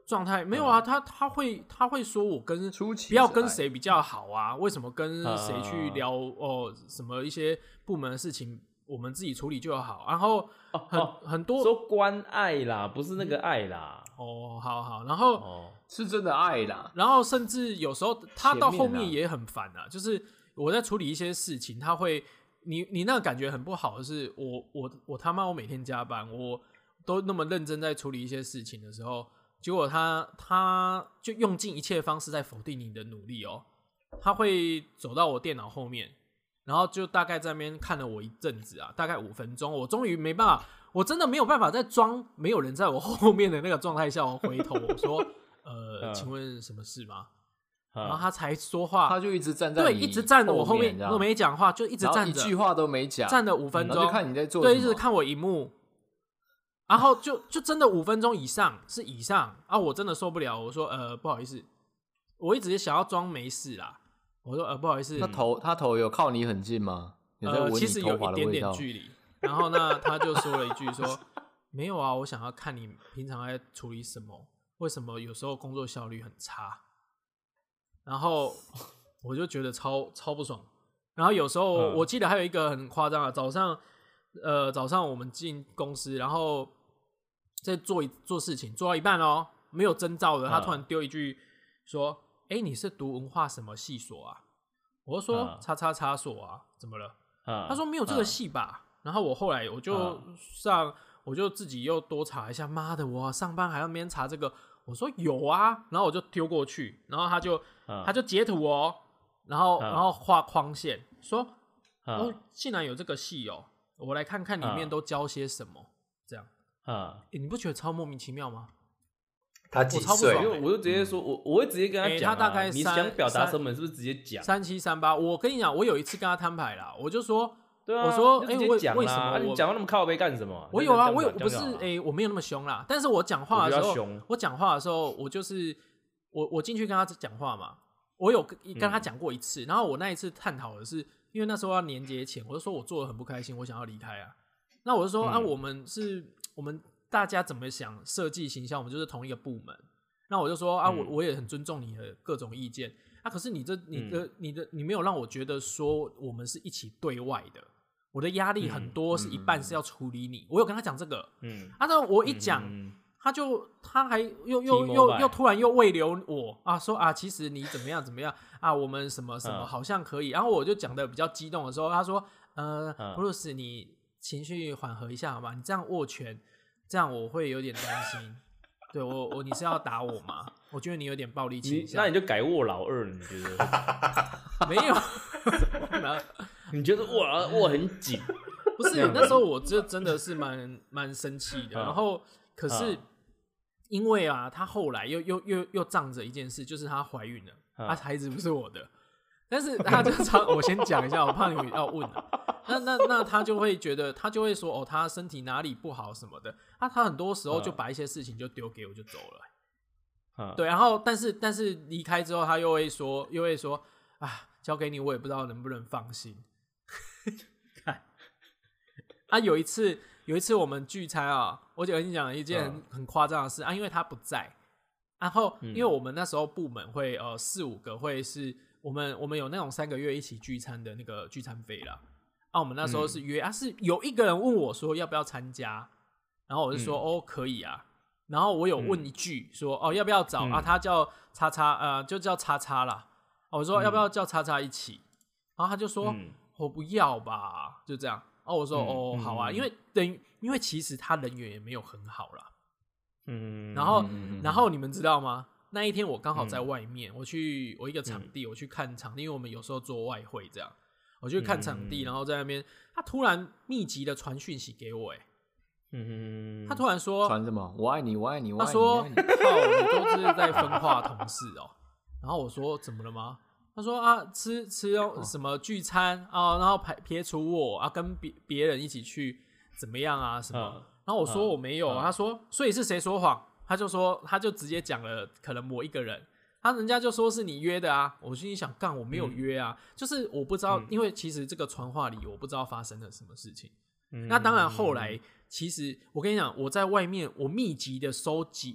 状态没有啊，他他会他会说我跟不要跟谁比较好啊？为什么跟谁去聊哦什么一些部门的事情，我们自己处理就好。然后很、哦、很多说关爱啦，不是那个爱啦。 哦，好好，然后、 哦、是真的爱啦。 然后甚至有时候他到后面也很烦啊，就是我在处理一些事情，他会你你那个感觉很不好的是，我我我他妈我每天加班，我都那么认真在处理一些事情的时候。结果他他就用尽一切的方式在否定你的努力哦，他会走到我电脑后面，然后就大概在那边看了我一阵子啊，大概五分钟，我终于没办法，我真的没有办法再装没有人在我后面的那个状态下，我回头我说呃，请问什么事吗？然后他才说话， 他就一直站在对，一直站着我后面，我没讲话，就一直站着， 一句话都没讲， 站了五分钟， 就看你在做什么， 对，一直看我荧幕。然后就就真的五分钟以上是以上啊，我真的受不了。我说呃不好意思，我一直想要装没事啦。我说呃不好意思， 他头他头有靠你很近吗？有在闻你头发的味道？ 呃，其实有一点点距离。然后呢，他就说了一句说没有啊，我想要看你平常在处理什么，为什么有时候工作效率很差。然后我就觉得超超不爽。然后有时候、嗯、我记得还有一个很夸张的，早上呃早上我们进公司，然后。在做做事情做到一半哦，没有征兆的，他突然丢一句说：“哎、嗯欸，你是读文化什么系所啊？”我就说：“叉叉叉所啊，怎么了？”嗯、他说：“没有这个系吧？”嗯、然后我后来我就上，嗯、我就自己又多查一下，妈的，我上班还要面查这个。我说有啊，然后我就丢过去，然后他就、嗯、他就截图哦，然后、嗯、然后画框线，说：“嗯、哦，竟然有这个系哦，我来看看里面都教些什么。”这样。啊、欸，你不觉得超莫名其妙吗？ 他几岁？ 因为我就直接说，我我会直接跟他讲、啊欸，他大概你想表达什么，是不是直接讲？ 三七三八，我跟你讲，我有一次跟他摊牌啦，我就说， 对啊， 我说，哎、 欸， 为为什么我、啊、 你讲到那么靠北干什么？ 我有啊，我有，我不是，哎、欸，我没有那么凶啦，但是我讲话的时候， 我, 我讲话的时候，我就是我我进去跟他讲话嘛，我有跟他讲过一次，嗯、然后我那一次探讨的是，因为那时候要年节前，我就说我做的很不开心，我想要离开啊，那我就说、嗯、啊，我们是，我们。大家怎么想设计形象，我们就是同一个部门。那我就说啊，我我也很尊重你的各种意见啊。可是你这你的、嗯、你的你没有让我觉得说我们是一起对外的。我的压力很多，是一半是要处理你。嗯、我有跟他讲这个，嗯，啊，但我一讲、嗯，他就他还又又又又突然又慰留我啊，说啊，其实你怎么样怎么样啊，我们什么什么好像可以。然后我就讲的比较激动的时候，他说，呃，布鲁斯，你情绪缓和一下好吗？你这样握拳。这样我会有点担心，对我我你是要打我吗？我觉得你有点暴力倾向， 那你就改握老二，你觉得？ 没有， 你觉得握握很紧？ 不是，那时候我这真的是蛮蛮生气的。然后可是因为啊，她后来又又又又仗着一件事，就是她怀孕了，她孩子不是我的。但是他就常，我先讲一下，我怕你们要问了。那那那他就会觉得，他就会说，哦，他身体哪里不好什么的。他他很多时候就把一些事情就丢给我就走了。嗯、对，然后但是但是离开之后，他又会说，又会说，啊，交给你，我也不知道能不能放心。看，啊，有一次有一次我们聚餐啊，我就跟你讲一件很很夸张的事啊，因为他不在，然后因为我们那时候部门会呃四五个会是。我们我们有那种三个月一起聚餐的那个聚餐费啦，啊，我们那时候是约、嗯、啊，是有一个人问我说要不要参加，然后我就说、嗯、哦可以啊，然后我有问一句说、嗯、哦要不要找、嗯、啊，他叫叉叉呃就叫叉叉啦，我说要不要叫叉叉一起，然后他就说、嗯、我不要吧，就这样，然后我说、嗯、哦好啊，因为等于因为其实他人缘也没有很好啦，嗯，然后、嗯、然后你们知道吗？那一天我刚好在外面、嗯，我去我一个场地、嗯，我去看场地，因为我们有时候做外汇这样，我去看场地，嗯、然后在那边，他突然密集的传讯息给我、欸，哎，嗯，他突然说传什么？我爱你，我爱你，我爱你。 他说：“靠，你都是在分化同事哦。”然后我说：“怎么了吗？”他说：“啊，吃吃什么聚餐啊，然后排撇除我啊，跟别别人一起去怎么样啊什么？”嗯、然后我说：“我没有。嗯”他说：“所以是谁说谎？”他就说，他就直接讲了，可能我一个人，他人家就说是你约的啊，我心里想，干我没有约啊，嗯、就是我不知道、嗯，因为其实这个传话里我不知道发生了什么事情。嗯、那当然后来，其实我跟你讲，我在外面我密集的收集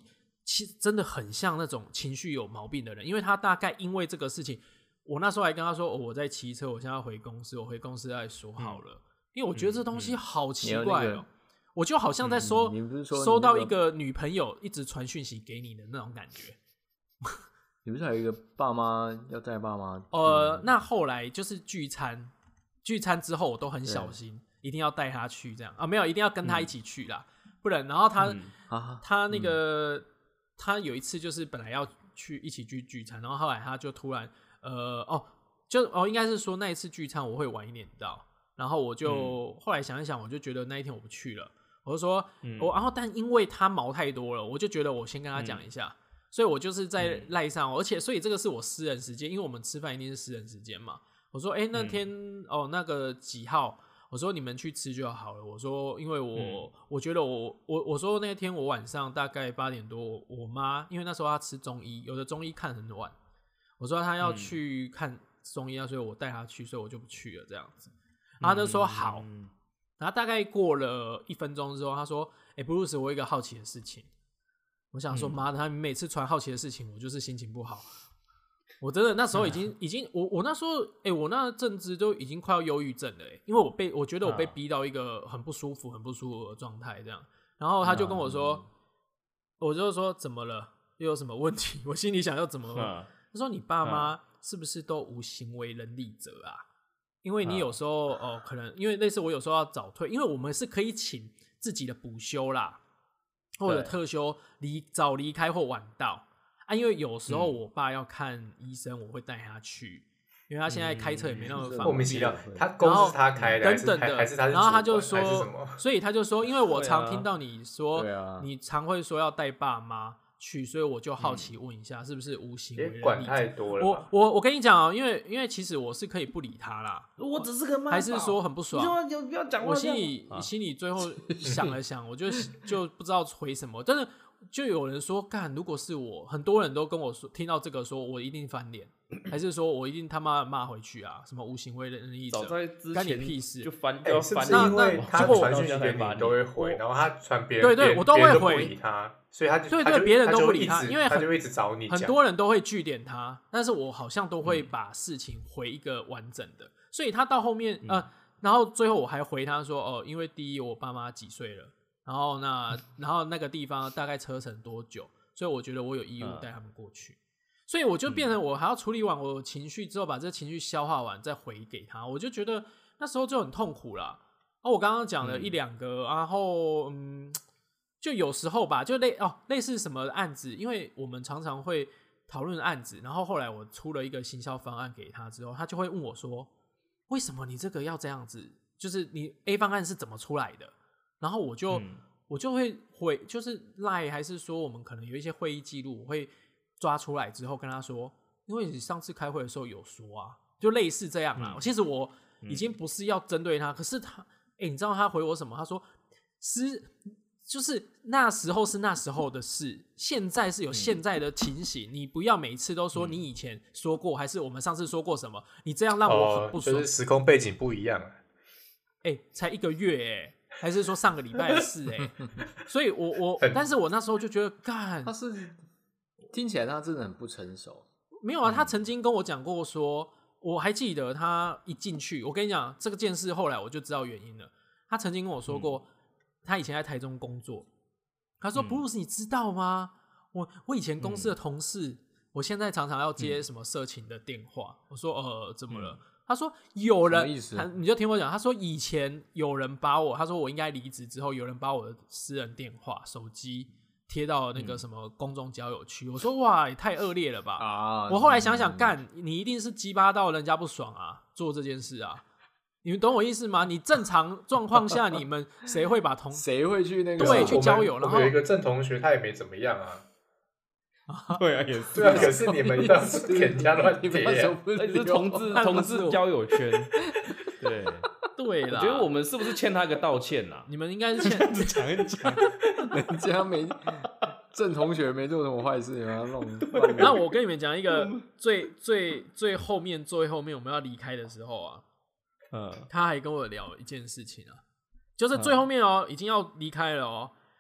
其实真的很像那种情绪有毛病的人，因为他大概因为这个事情，我那时候还跟他说、哦、我在骑车，我现在要回公司，我回公司再说好了、嗯、因为我觉得这东西好奇怪哦、喔嗯嗯、我就好像在收、嗯、 你说收到一个女朋友一直传讯息给你的那种感觉。 你不是还有一个爸妈要带爸妈？ 呃，那后来就是聚餐，聚餐之后我都很小心，一定要带他去这样啊，没有一定要跟他一起去啦，嗯、不然然后他、嗯、他那个、嗯、他有一次就是本来要去一起去聚餐，然后后来他就突然呃哦就哦应该是说那一次聚餐我会晚一点到，然后我就、嗯、后来想一想，我就觉得那一天我不去了，我就说、嗯、我然后但因为他毛太多了，我就觉得我先跟他讲一下。嗯，所以我就是在赖上、喔嗯，而且所以这个是我私人时间，因为我们吃饭一定是私人时间嘛。我说，哎、欸，那天、嗯、哦那个几号，我说你们去吃就好了。我说，因为我、嗯、我觉得我我我说那天我晚上大概八点多，我妈因为那时候她吃中医，有的中医看很晚，我说她要去看中医啊，所以我带她去，所以我就不去了这样子。然后她就说好，嗯、然后大概过了一分钟之后，她说，哎、欸，布鲁斯，我有一个好奇的事情。我想说，妈的，他每次传好奇的事情，我就是心情不好。我真的那时候已经已经，我我那时候，哎、欸，我那阵子都已经快要忧郁症了、欸，因为我被我觉得我被逼到一个很不舒服、很不舒服的状态，这样。然后他就跟我说，我就说怎么了？又有什么问题？我心里想又怎么了？他说你爸妈是不是都无行为能力者啊？因为你有時候哦，可能因为类似我有时候要早退，因为我们是可以請自己的補休啦，或者特休離早離開或晚到啊。因為有時候我爸要看醫生，我會帶他去，因為他現在開車也沒那麼方便。 莫名其妙，他公司是他開的， 等等的， 還是他是主管， 然後他就說， 還是什麼？ 所以他就說，因為我常聽到你說，啊、你常會說要帶爸媽去，所以我就好奇問一下，是不是無行為能力者？ 管太多了吧。 我我我跟你講啊，因為因為其實我是可以不理他啦， 我只是個媽寶， 還是說很不爽。 你不要講話。 我心裡、啊、心裡最後想了想，我就就不知道回什麼。但是就有人說，幹，如果是我，很多人都跟我說，聽到這個說我一定翻臉，還是說我一定他媽罵回去啊？什麼無行為能力者？ 早在之前干你屁事就翻， 欸、是不是因為他傳訊息給你都會回，然後他傳別人，對對，我都會回，不理他，所以他就對對，別人都不理他，因為他就一直找你， 很多人都會句點他，但是我好像都會把事情回一個完整的，嗯、所以他到後面、嗯、呃，然後最後我還回他說，哦，因為第一我爸媽幾歲了，然後那然後那個地方大概車程多久，所以我覺得我有義務帶他們過去。嗯，所以我就變成我還要處理完我情緒之後，把這情緒消化完再回給他，我就覺得那時候就很痛苦啦。哦，我剛剛講了一兩個，嗯然後嗯，就有時候吧，就類哦類似什麼案子，因為我們常常會討論案子，然後後來我出了一個行銷方案給他之後，他就會問我說，為什麼你這個要這樣子？就是你 A 方案是怎麼出來的？然後我就、嗯、我就會回，就是 Line 還是說我們可能有一些會議記錄，我會抓出來之後跟他說，因為你上次開會的時候有說啊，就類似這樣啦。嗯、其實我已經不是要針對他，嗯、可是他，哎，你知道他回我什麼？他說是就是那時候是那時候的事，現在是有現在的情形，嗯、你不要每次都說你以前說過，還是我們上次說過什麼，你這樣讓我很不爽。 哦、就是時空背景不一樣啊。 哎，才一個月哎。還是說上個禮拜的事哎、欸，所以我我，但是我那時候就覺得，幹， 他是聽起來他真的很不成熟。 沒有啊，他曾經跟我講過說，我還記得他一進去，我跟你講這個件事，後來我就知道原因了。他曾經跟我說過，嗯、他以前在台中工作，他說、嗯、布魯斯，你知道嗎？我我以前公司的同事，嗯、我現在常常要接什麼色情的電話。嗯、我說呃，怎麼了？嗯他說有人，你就聽我講。他說以前有人把我，他說我應該離職之後，有人把我的私人電話、手機貼到那個什麼公眾交友區。嗯、我說哇，也太惡劣了吧！啊、我後來想想，幹、嗯，你一定是雞巴到人家不爽啊，做這件事啊。你們懂我意思嗎？你正常狀況下，你們誰會把同誰會去那個對去交友？然後有一個正同學，他也沒怎麼樣啊。 對啊，也是。 對啊，可是你們當時給人家亂貼， 那是同志同志交友圈。對對啦， 我覺得我們是不是欠他一個道歉啊？ 你們應該是欠講一講， 人家沒正同學沒做什麼壞事，你們要弄。 那我跟你們講一個最最最後面最後面我們要離開的時候啊，嗯，他還跟我聊一件事情啊，就是最後面哦，已經要離開了哦。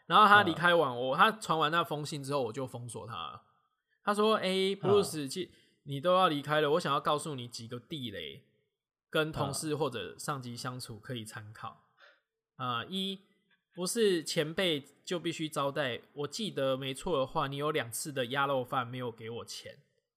然后他离开完我，他传完那封信之后，我就封锁他了。他说：“哎、欸、，Bruce，你都要离开了，我想要告诉你几个地雷，跟同事或者上级相处可以参考。啊、呃，一不是前辈就必须招待，我记得没错的话，你有两次的鸭肉饭没有给我钱。”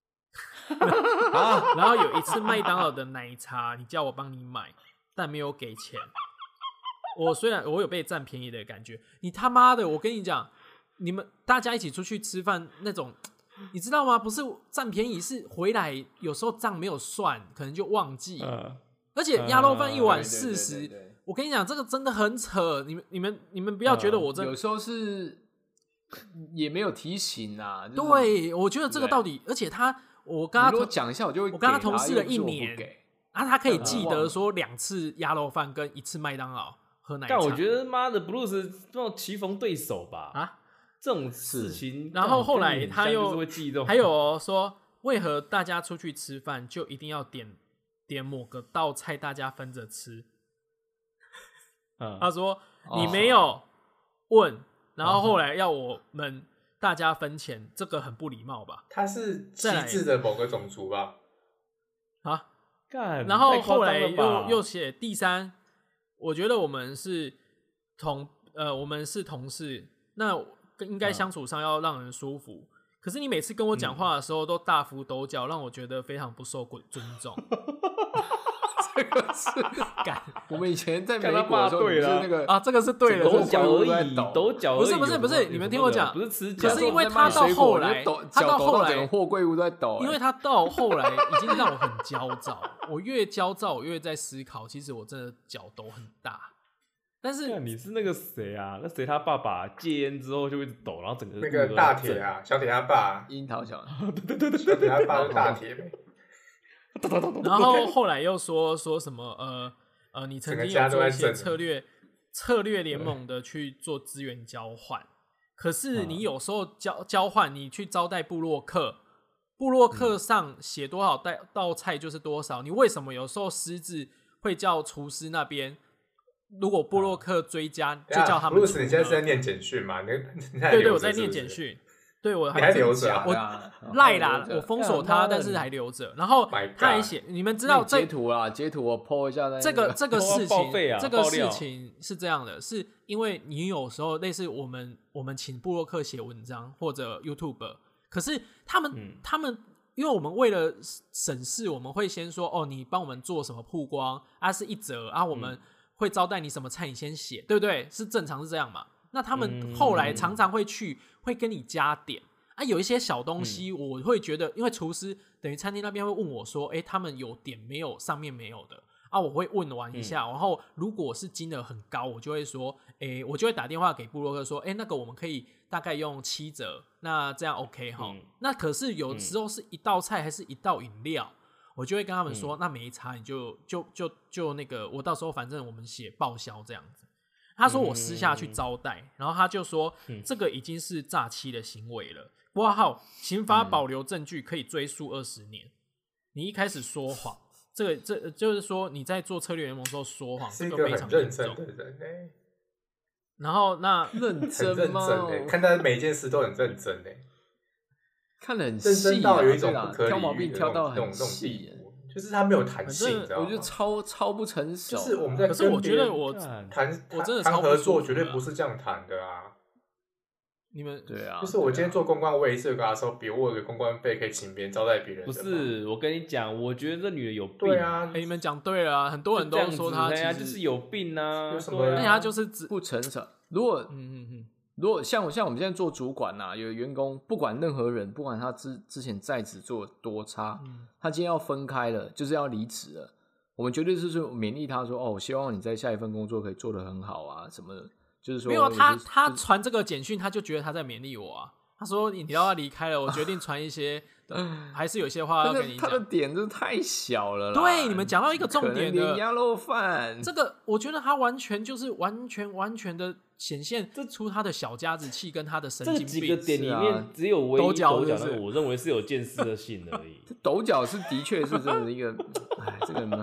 啊、然后有一次麦当劳的奶茶，你叫我帮你买，但没有给钱。我虽然我有被占便宜的感觉，你他妈的，我跟你讲，你们大家一起出去吃饭那种，你知道吗？不是占便宜，是回来有时候账没有算，可能就忘记。呃、而且鸭肉饭一碗四十，我跟你讲，这个真的很扯。你们你们你们不要觉得我真的、 呃、有时候是也没有提醒啊。就是、 对，我觉得这个到底，而且他。我跟他讲一下，我就会。 我跟他同事了一年，啊，他可以记得说两次鸭肉饭跟一次麦当劳喝奶茶。 但我觉得妈的 ，Bruce 这种棋逢对手吧，啊，这种事情。 然后后来他又会记这种还有、哦、说，为何大家出去吃饭就一定要点点某个道菜，大家分着吃？嗯、他说你没有问，哦、然后后来要我们。大家分钱，这个很不礼貌吧？ 他是旗帜的某个种族吧？ 啊，然后后来又又写第三，我觉得我们是同呃，我们是同事，那应该相处上要让人舒服。嗯、可是你每次跟我讲话的时候都大幅抖脚，让我觉得非常不受尊重。 这个是干，我们以前在美国的时候是那个啊，这个是对的， 抖脚而已，抖脚不是不是不是，你们听我讲， 不是吃脚，可是因为他到后来，他到后来， 货柜屋都在抖， 因为他到后来已经让我很焦躁，我越焦躁，我越在思考，其实我真的脚抖很大。但是你是那个谁啊？那谁他爸爸戒烟之后就一直抖，然后整个那个大铁啊，小铁他爸， 樱桃小， 对对对对， 小铁他爸是大铁呗。 然后后来又说说什么呃呃，你曾经有做一些策略策略联盟的去做资源交换，可是你有时候交交换，你去招待部落客，部落客上写多少道道菜就是多少，你为什么有时候私自会叫厨师那边？如果部落客追加，就叫他们。 Bruce，你现在是在念简讯吗？你你对对，我在念简讯。对，我还留着、啊， 我赖啦，我封锁他，但是还留着。然后他还写，你们知道截图啊，截图我 po 一下、那個。 这个这个事情， 啊、 这个事情是这样的，是因为你有时候类似我们我们请部落客写文章或者 YouTube， 可是他们、嗯、他们，因为我们为了审视，我们会先说哦，你帮我们做什么曝光啊，是一则啊，我们会招待你什么菜，你先写，对不对？是正常是这样嘛？那他们后来常常会去，会跟你加点啊，有一些小东西，我会觉得，因为厨师等于餐厅那边会问我说，哎、欸，他们有点没有上面没有的啊，我会问完一下，嗯、然后如果是金额很高，我就会说，哎、欸，我就会打电话给部落客说，哎、欸，那个我们可以大概用七折，那这样 OK 哈、嗯。那可是有时候是一道菜还是一道饮料，我就会跟他们说，嗯、那没差，你就就就就那个，我到时候反正我们写报销这样子。他说我私下去招待，嗯、然后他就说、嗯、这个已经是诈欺的行为了。括号刑法保留证据可以追溯二十年。嗯、你一开始说谎，这个这就是说你在做策略联盟的时候说谎， 是一个非常严重的人、欸、 然后那认真吗？ 很认真、欸、看他每一件事都很认真、欸、 看得很细、啊，认真到有一种不可理喻的挑毛病挑到很细。就是他没有弹性， 我觉得超超不成熟。 就是我们在跟可是我觉得我谈， 我真的谈合作绝对不是这样谈的啊！ 你们对啊， 就是我今天做公关，我也是有跟他说，比如我有个公关费可以请别人招待别人。 不是，我跟你讲，我觉得这女的有病。 对啊， 欸、你们讲对了、啊，很多人都说她其实就是有病啊， 有什么？ 而且她就是不成熟。如果嗯嗯嗯。 如果像像我们现在做主管呐、啊，有员工不管任何人，不管他之之前在职做多差，嗯、他今天要分开了，就是要离职了，我们绝对是说勉励他说，哦，我希望你在下一份工作可以做得很好啊，什么的，就是说没有他他传这个简讯，他就觉得他在勉励我啊。他说你要离开了，我决定传一些，还是有些话要跟你讲。 他的点就是太小了啦。 对，你们讲到一个重点的鸭肉饭， 这个我觉得他完全就是完全完全的显现出他的小家子气跟他的神经病。 这几个点里面，只有唯一抖脚那个，我认为是有见识的性而已。 抖脚是的确是真的一个，哎，这个呢，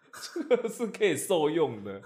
这个是可以受用的。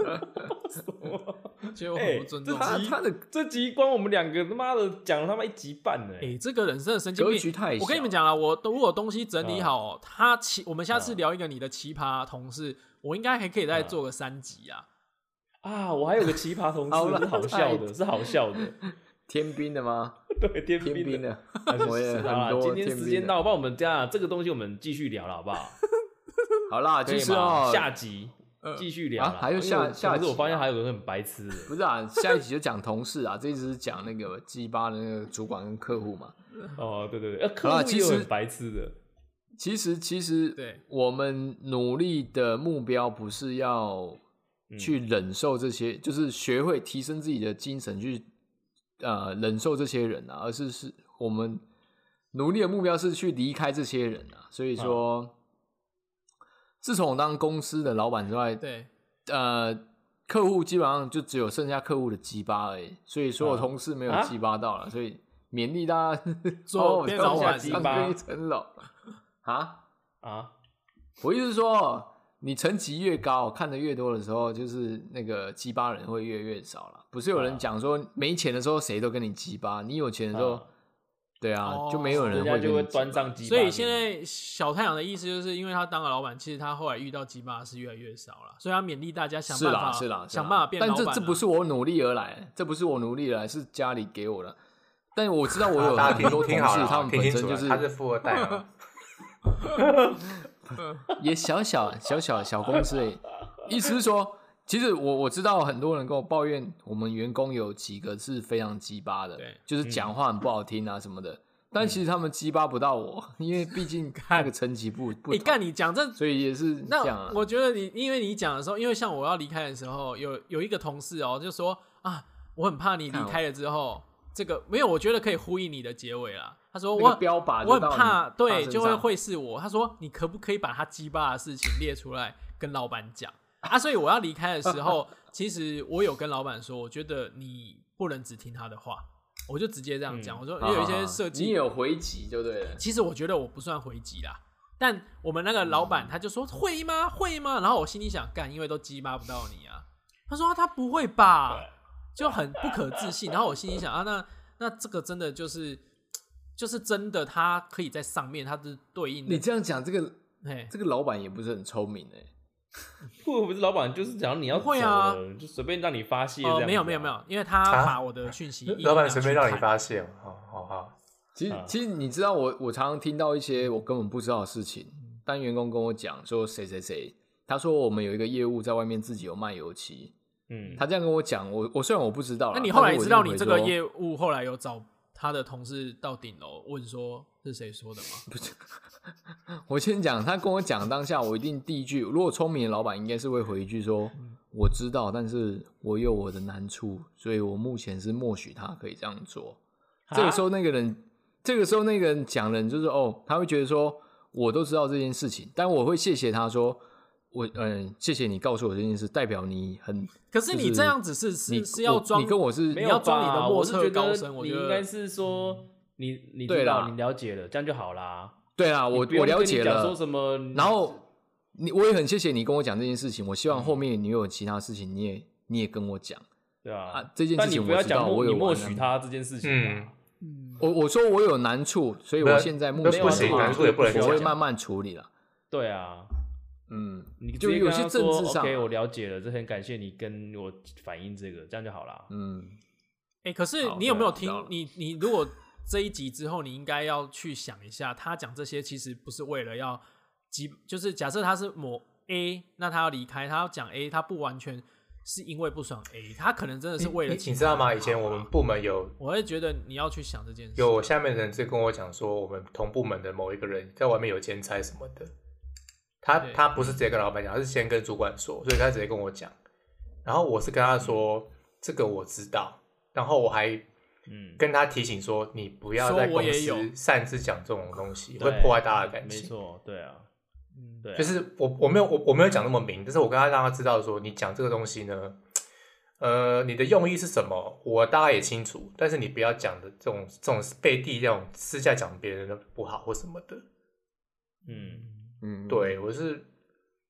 觉得我很不尊重、 欸、他的这集光我们两个他妈的讲了他妈一集半呢、 欸。哎、欸，这个人真的神经病， 格局太小。 我跟你们讲了，我如果东西整理好、喔，他奇，我们下次聊一个你的奇葩同事，我应该还可以再做个三集啊。 啊，我还有个奇葩同事是好笑的，是好笑的。 天兵的吗？ 对，天兵的。 兵的我也很多。 今天时间到，帮我们这样这个东西我们继续聊了，好不好？ 好啦，就是哦， 下集继续聊、 啊。还有下下集、啊， 我发现还有个很白痴的。 不是啊，下一集就讲同事啊，这一集是讲那个鸡巴的那个主管跟客户嘛。 哦，对对对，客户也有很白痴的。 其实其实， 对， 我们努力的目标不是要去忍受这些，嗯、就是学会提升自己的精神去。呃，忍受这些人啊，而是是我们努力的目标是去离开这些人啊。所以说，啊、自从我当公司的老板之外， 对， 呃，客户基本上就只有剩下客户的鸡巴而已，所以所有同事没有鸡巴到了，啊、所以勉励大家做变老板鸡巴一层楼啊啊！ 我意思是说。你层级越高，看得越多的时候，就是那个鸡巴人会越来越少了。不是有人讲说，没钱的时候谁都跟你鸡巴，你有钱的时候，啊对啊，哦、就没有人会跟你就会端上鸡巴。 所以现在小太阳的意思就是，因为他当了老板，其实他后来遇到鸡巴是越来越少了，所以他勉励大家想办法， 是啦， 想办法变老板。 但这这不是我努力而来，这不是我努力而来，是家里给我的。但我知道我有很多同事，他们本身就是他是富二代啊。 也小小小小小公司诶，意思是说，其实我我知道很多人跟我抱怨，我们员工有几个是非常鸡巴的，就是讲话很不好听啊什么的。嗯、但其实他们鸡巴不到我，因为毕竟那个层级不不。 你干你讲这， 所以也是这样、啊。 我觉得你因为你讲的时候，因为像我要离开的时候，有有一个同事哦、喔，就说啊，我很怕你离开了之后，这个没有，我觉得可以呼应你的结尾啦。他说我、 那個、標靶我很怕，对，就会会是我。他说你可不可以把他鸡巴的事情列出来跟老板讲啊？所以我要离开的时候，其實我有跟老板說，我覺得你不能只聽他的話，我就直接這樣講、嗯。我說因為有一些設計， 你有回擊就對了。 其實我覺得我不算回擊啦，但我們那個老板他就說、嗯、會嗎？會嗎？然後我心裡想幹，因為都雞巴不到你啊。他說、啊、他不會吧，就很不可置信。然後我心裡想啊，那那這個真的就是。就是真的，他可以在上面，他是對應的。 你這樣講，這個這個老闆也不是很聰明哎。 不不是老闆，就是講你要走了，啊、就隨便讓你發洩、啊。哦， 沒有沒有沒有，因為他把我的訊息、啊， 老闆隨便讓你發洩。好好好。 其實其實你知道我，我我常常聽到一些我根本不知道的事情。當員工跟我講說誰誰誰，他說我們有一個業務在外面自己有賣油漆。嗯，他這樣跟我講，我我雖然我不知道， 那你後來知道你這個業務後來有找？他的同事到頂樓問說是誰說的嗎？ 不是，我先講，他跟我講當下，我一定第一句，如果聰明的老闆應該是會回一句說，嗯、我知道，但是我有我的難處，所以我目前是默許他可以這樣做。這個時候那個人，這個時候那個人講人就是哦，他會覺得說我都知道這件事情，但我會謝謝他說。我嗯，謝謝你告訴我這件事，代表你很。 可是你這樣子是是是要裝， 你跟我是你要裝你的莫測高深。 我覺得你應該是說你你知道你了解了，這樣就好啦。 對啦，我我了解了。 說什麼？ 然後你我也很謝謝你跟我講這件事情。我希望後面你有其他事情，你也你也跟我講。 對啊， 啊這件事情我知道，我有默許他這件事情。 嗯，我我說我有難處，所以我現在目前我會慢慢處理了。 對啊。 嗯， 你就有些政治上 ，OK， 我了解了，這很感謝你跟我反映這個，這樣就好啦。 嗯， 哎、欸，可是你有沒有聽？你你如果這一集之後，你應該要去想一下，他講這些其實不是為了要，就是假設他是某 A， 那他要離開，他要講 A， 他不完全是因為不爽 A， 他可能真的是為了你。 你知道嗎？以前我們部門有， 我會覺得你要去想這件事。 有我下面的人就跟我講說，我們同部門的某一個人在外面有兼差什麼的。他他不是直接跟老闆講，他是先跟主管說，所以他直接跟我講。然後我是跟他說、嗯、這個我知道，然後我還跟他提醒說，你不要在公司擅自講這種東西，會破壞大家的感情。 沒錯，對啊，嗯，對啊。 就是我我沒有我我沒有講那麼明，但是我跟他讓他知道說，你講這個東西呢，呃，你的用意是什麼，我大概也清楚，但是你不要講的這種這種背地這種私下講別人的不好或什麼的， 嗯。 嗯， 對，我是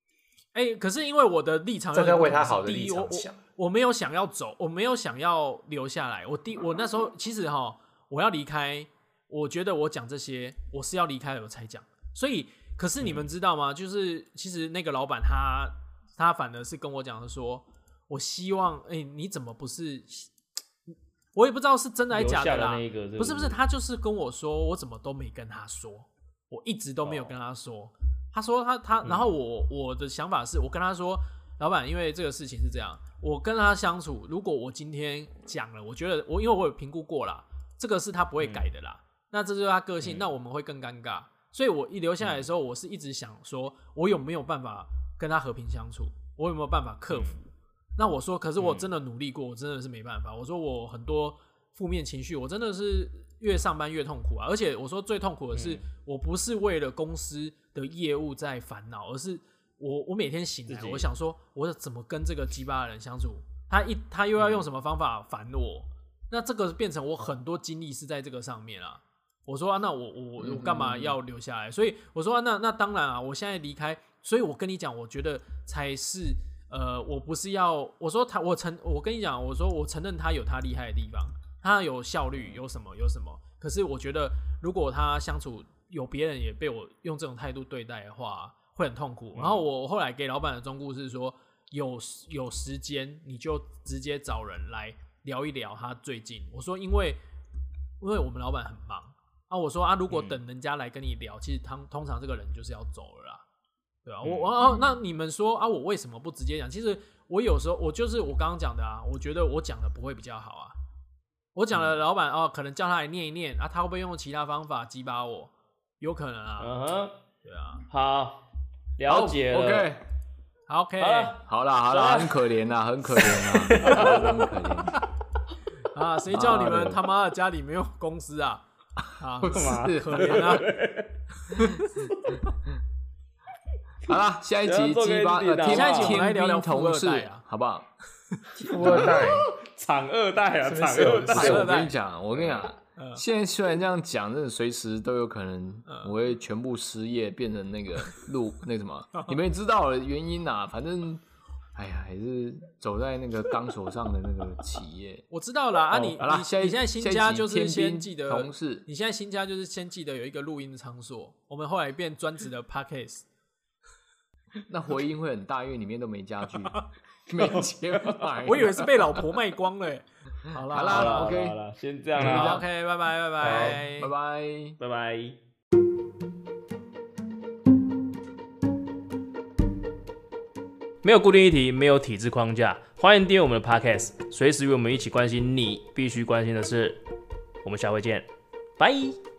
哎、欸，可是因为我的立场， 这个为他好的立场想， 我没有想要走，我没有想要留下来。我第我那时候其实哈，我要离开，我觉得我讲这些，我是要离开了我才讲。所以，可是你们知道吗？嗯、就是其实那个老板他他反而是跟我讲的说，我希望哎、欸，你怎么不是？我也不知道是真的还是假的啦。 那個、是不是不是不是，他就是跟我说，我怎么都没跟他说，我一直都没有跟他说。哦、他说他他，然后我、嗯、我的想法是我跟他说，老板，因为这个事情是这样，我跟他相处，如果我今天讲了，我觉得我因为我有评估过啦，这个是他不会改的啦，嗯、那这就是他个性，嗯、那我们会更尴尬。所以我一留下来的时候，我是一直想说，我有没有办法跟他和平相处，我有没有办法克服。嗯那我说，可是我真的努力过，我真的是没办法。我说我很多负面情绪，我真的是越上班越痛苦啊！而且我说最痛苦的是，嗯、我不是为了公司的业务在烦恼，而是我我每天醒来，我想说，我怎么跟这个鸡巴的人相处？他一他又要用什么方法烦我？嗯、那这个变成我很多精力是在这个上面啊。我说啊，那我我我干嘛要留下来？所以我说啊，那那当然啊，我现在离开，所以我跟你讲，我觉得才是。呃，我不是要我说他，我承我跟你讲，我说我承认他有他厉害的地方，他有效率，有什么有什么。可是我觉得，如果他相处有别人也被我用这种态度对待的话，会很痛苦。嗯、然后我后来给老板的忠告是说，有有时间你就直接找人来聊一聊他最近。我说，因为因为我们老板很忙啊，我说啊，如果等人家来跟你聊，嗯、其实通通常这个人就是要走了啦。对啊，我我、啊、那你们说啊，我为什么不直接讲？其实我有时候我就是我刚刚讲的啊，我觉得我讲的不会比较好啊。我讲了，老板哦、啊，可能叫他来念一念啊，他会不会用其他方法激巴我？有可能啊。嗯哼，对啊。 好，了解了。 OK， 好 OK， 好啦好啦，很可怜啦，很可怜啦，很可怜。 啊，谁叫你们他妈的家里没有公司啊？啊， 干嘛？ 可怜啊。 好了，下一集鸡巴呃， 下一集我们来聊聊同事啊， 好不好？ 富二代， 厂二代啊，厂二代。 我跟你讲，我跟你讲，嗯、现在虽然这样讲，真的随时都有可能我会全部失业，变成那个路那什么，你们也知道的原因啊。反正，哎呀，还是走在那个钢索上的那个企业。 我知道了啊，你、哦、你你现在新家就是先记得同事， 你现在新家就是先记得有一个录音场所，我们后来变专职的 podcast。 那回音会很大，因为里面都没家具，没钱买。 我以为是被老婆卖光了。好啦好啦好啦 ，OK， 好啦先这样啦。 OK， 拜拜拜拜拜拜拜拜。没有固定议题，没有体制框架，欢迎订阅我们的 Podcast， 随时与我们一起关心你必须关心的事。我们下回见，拜。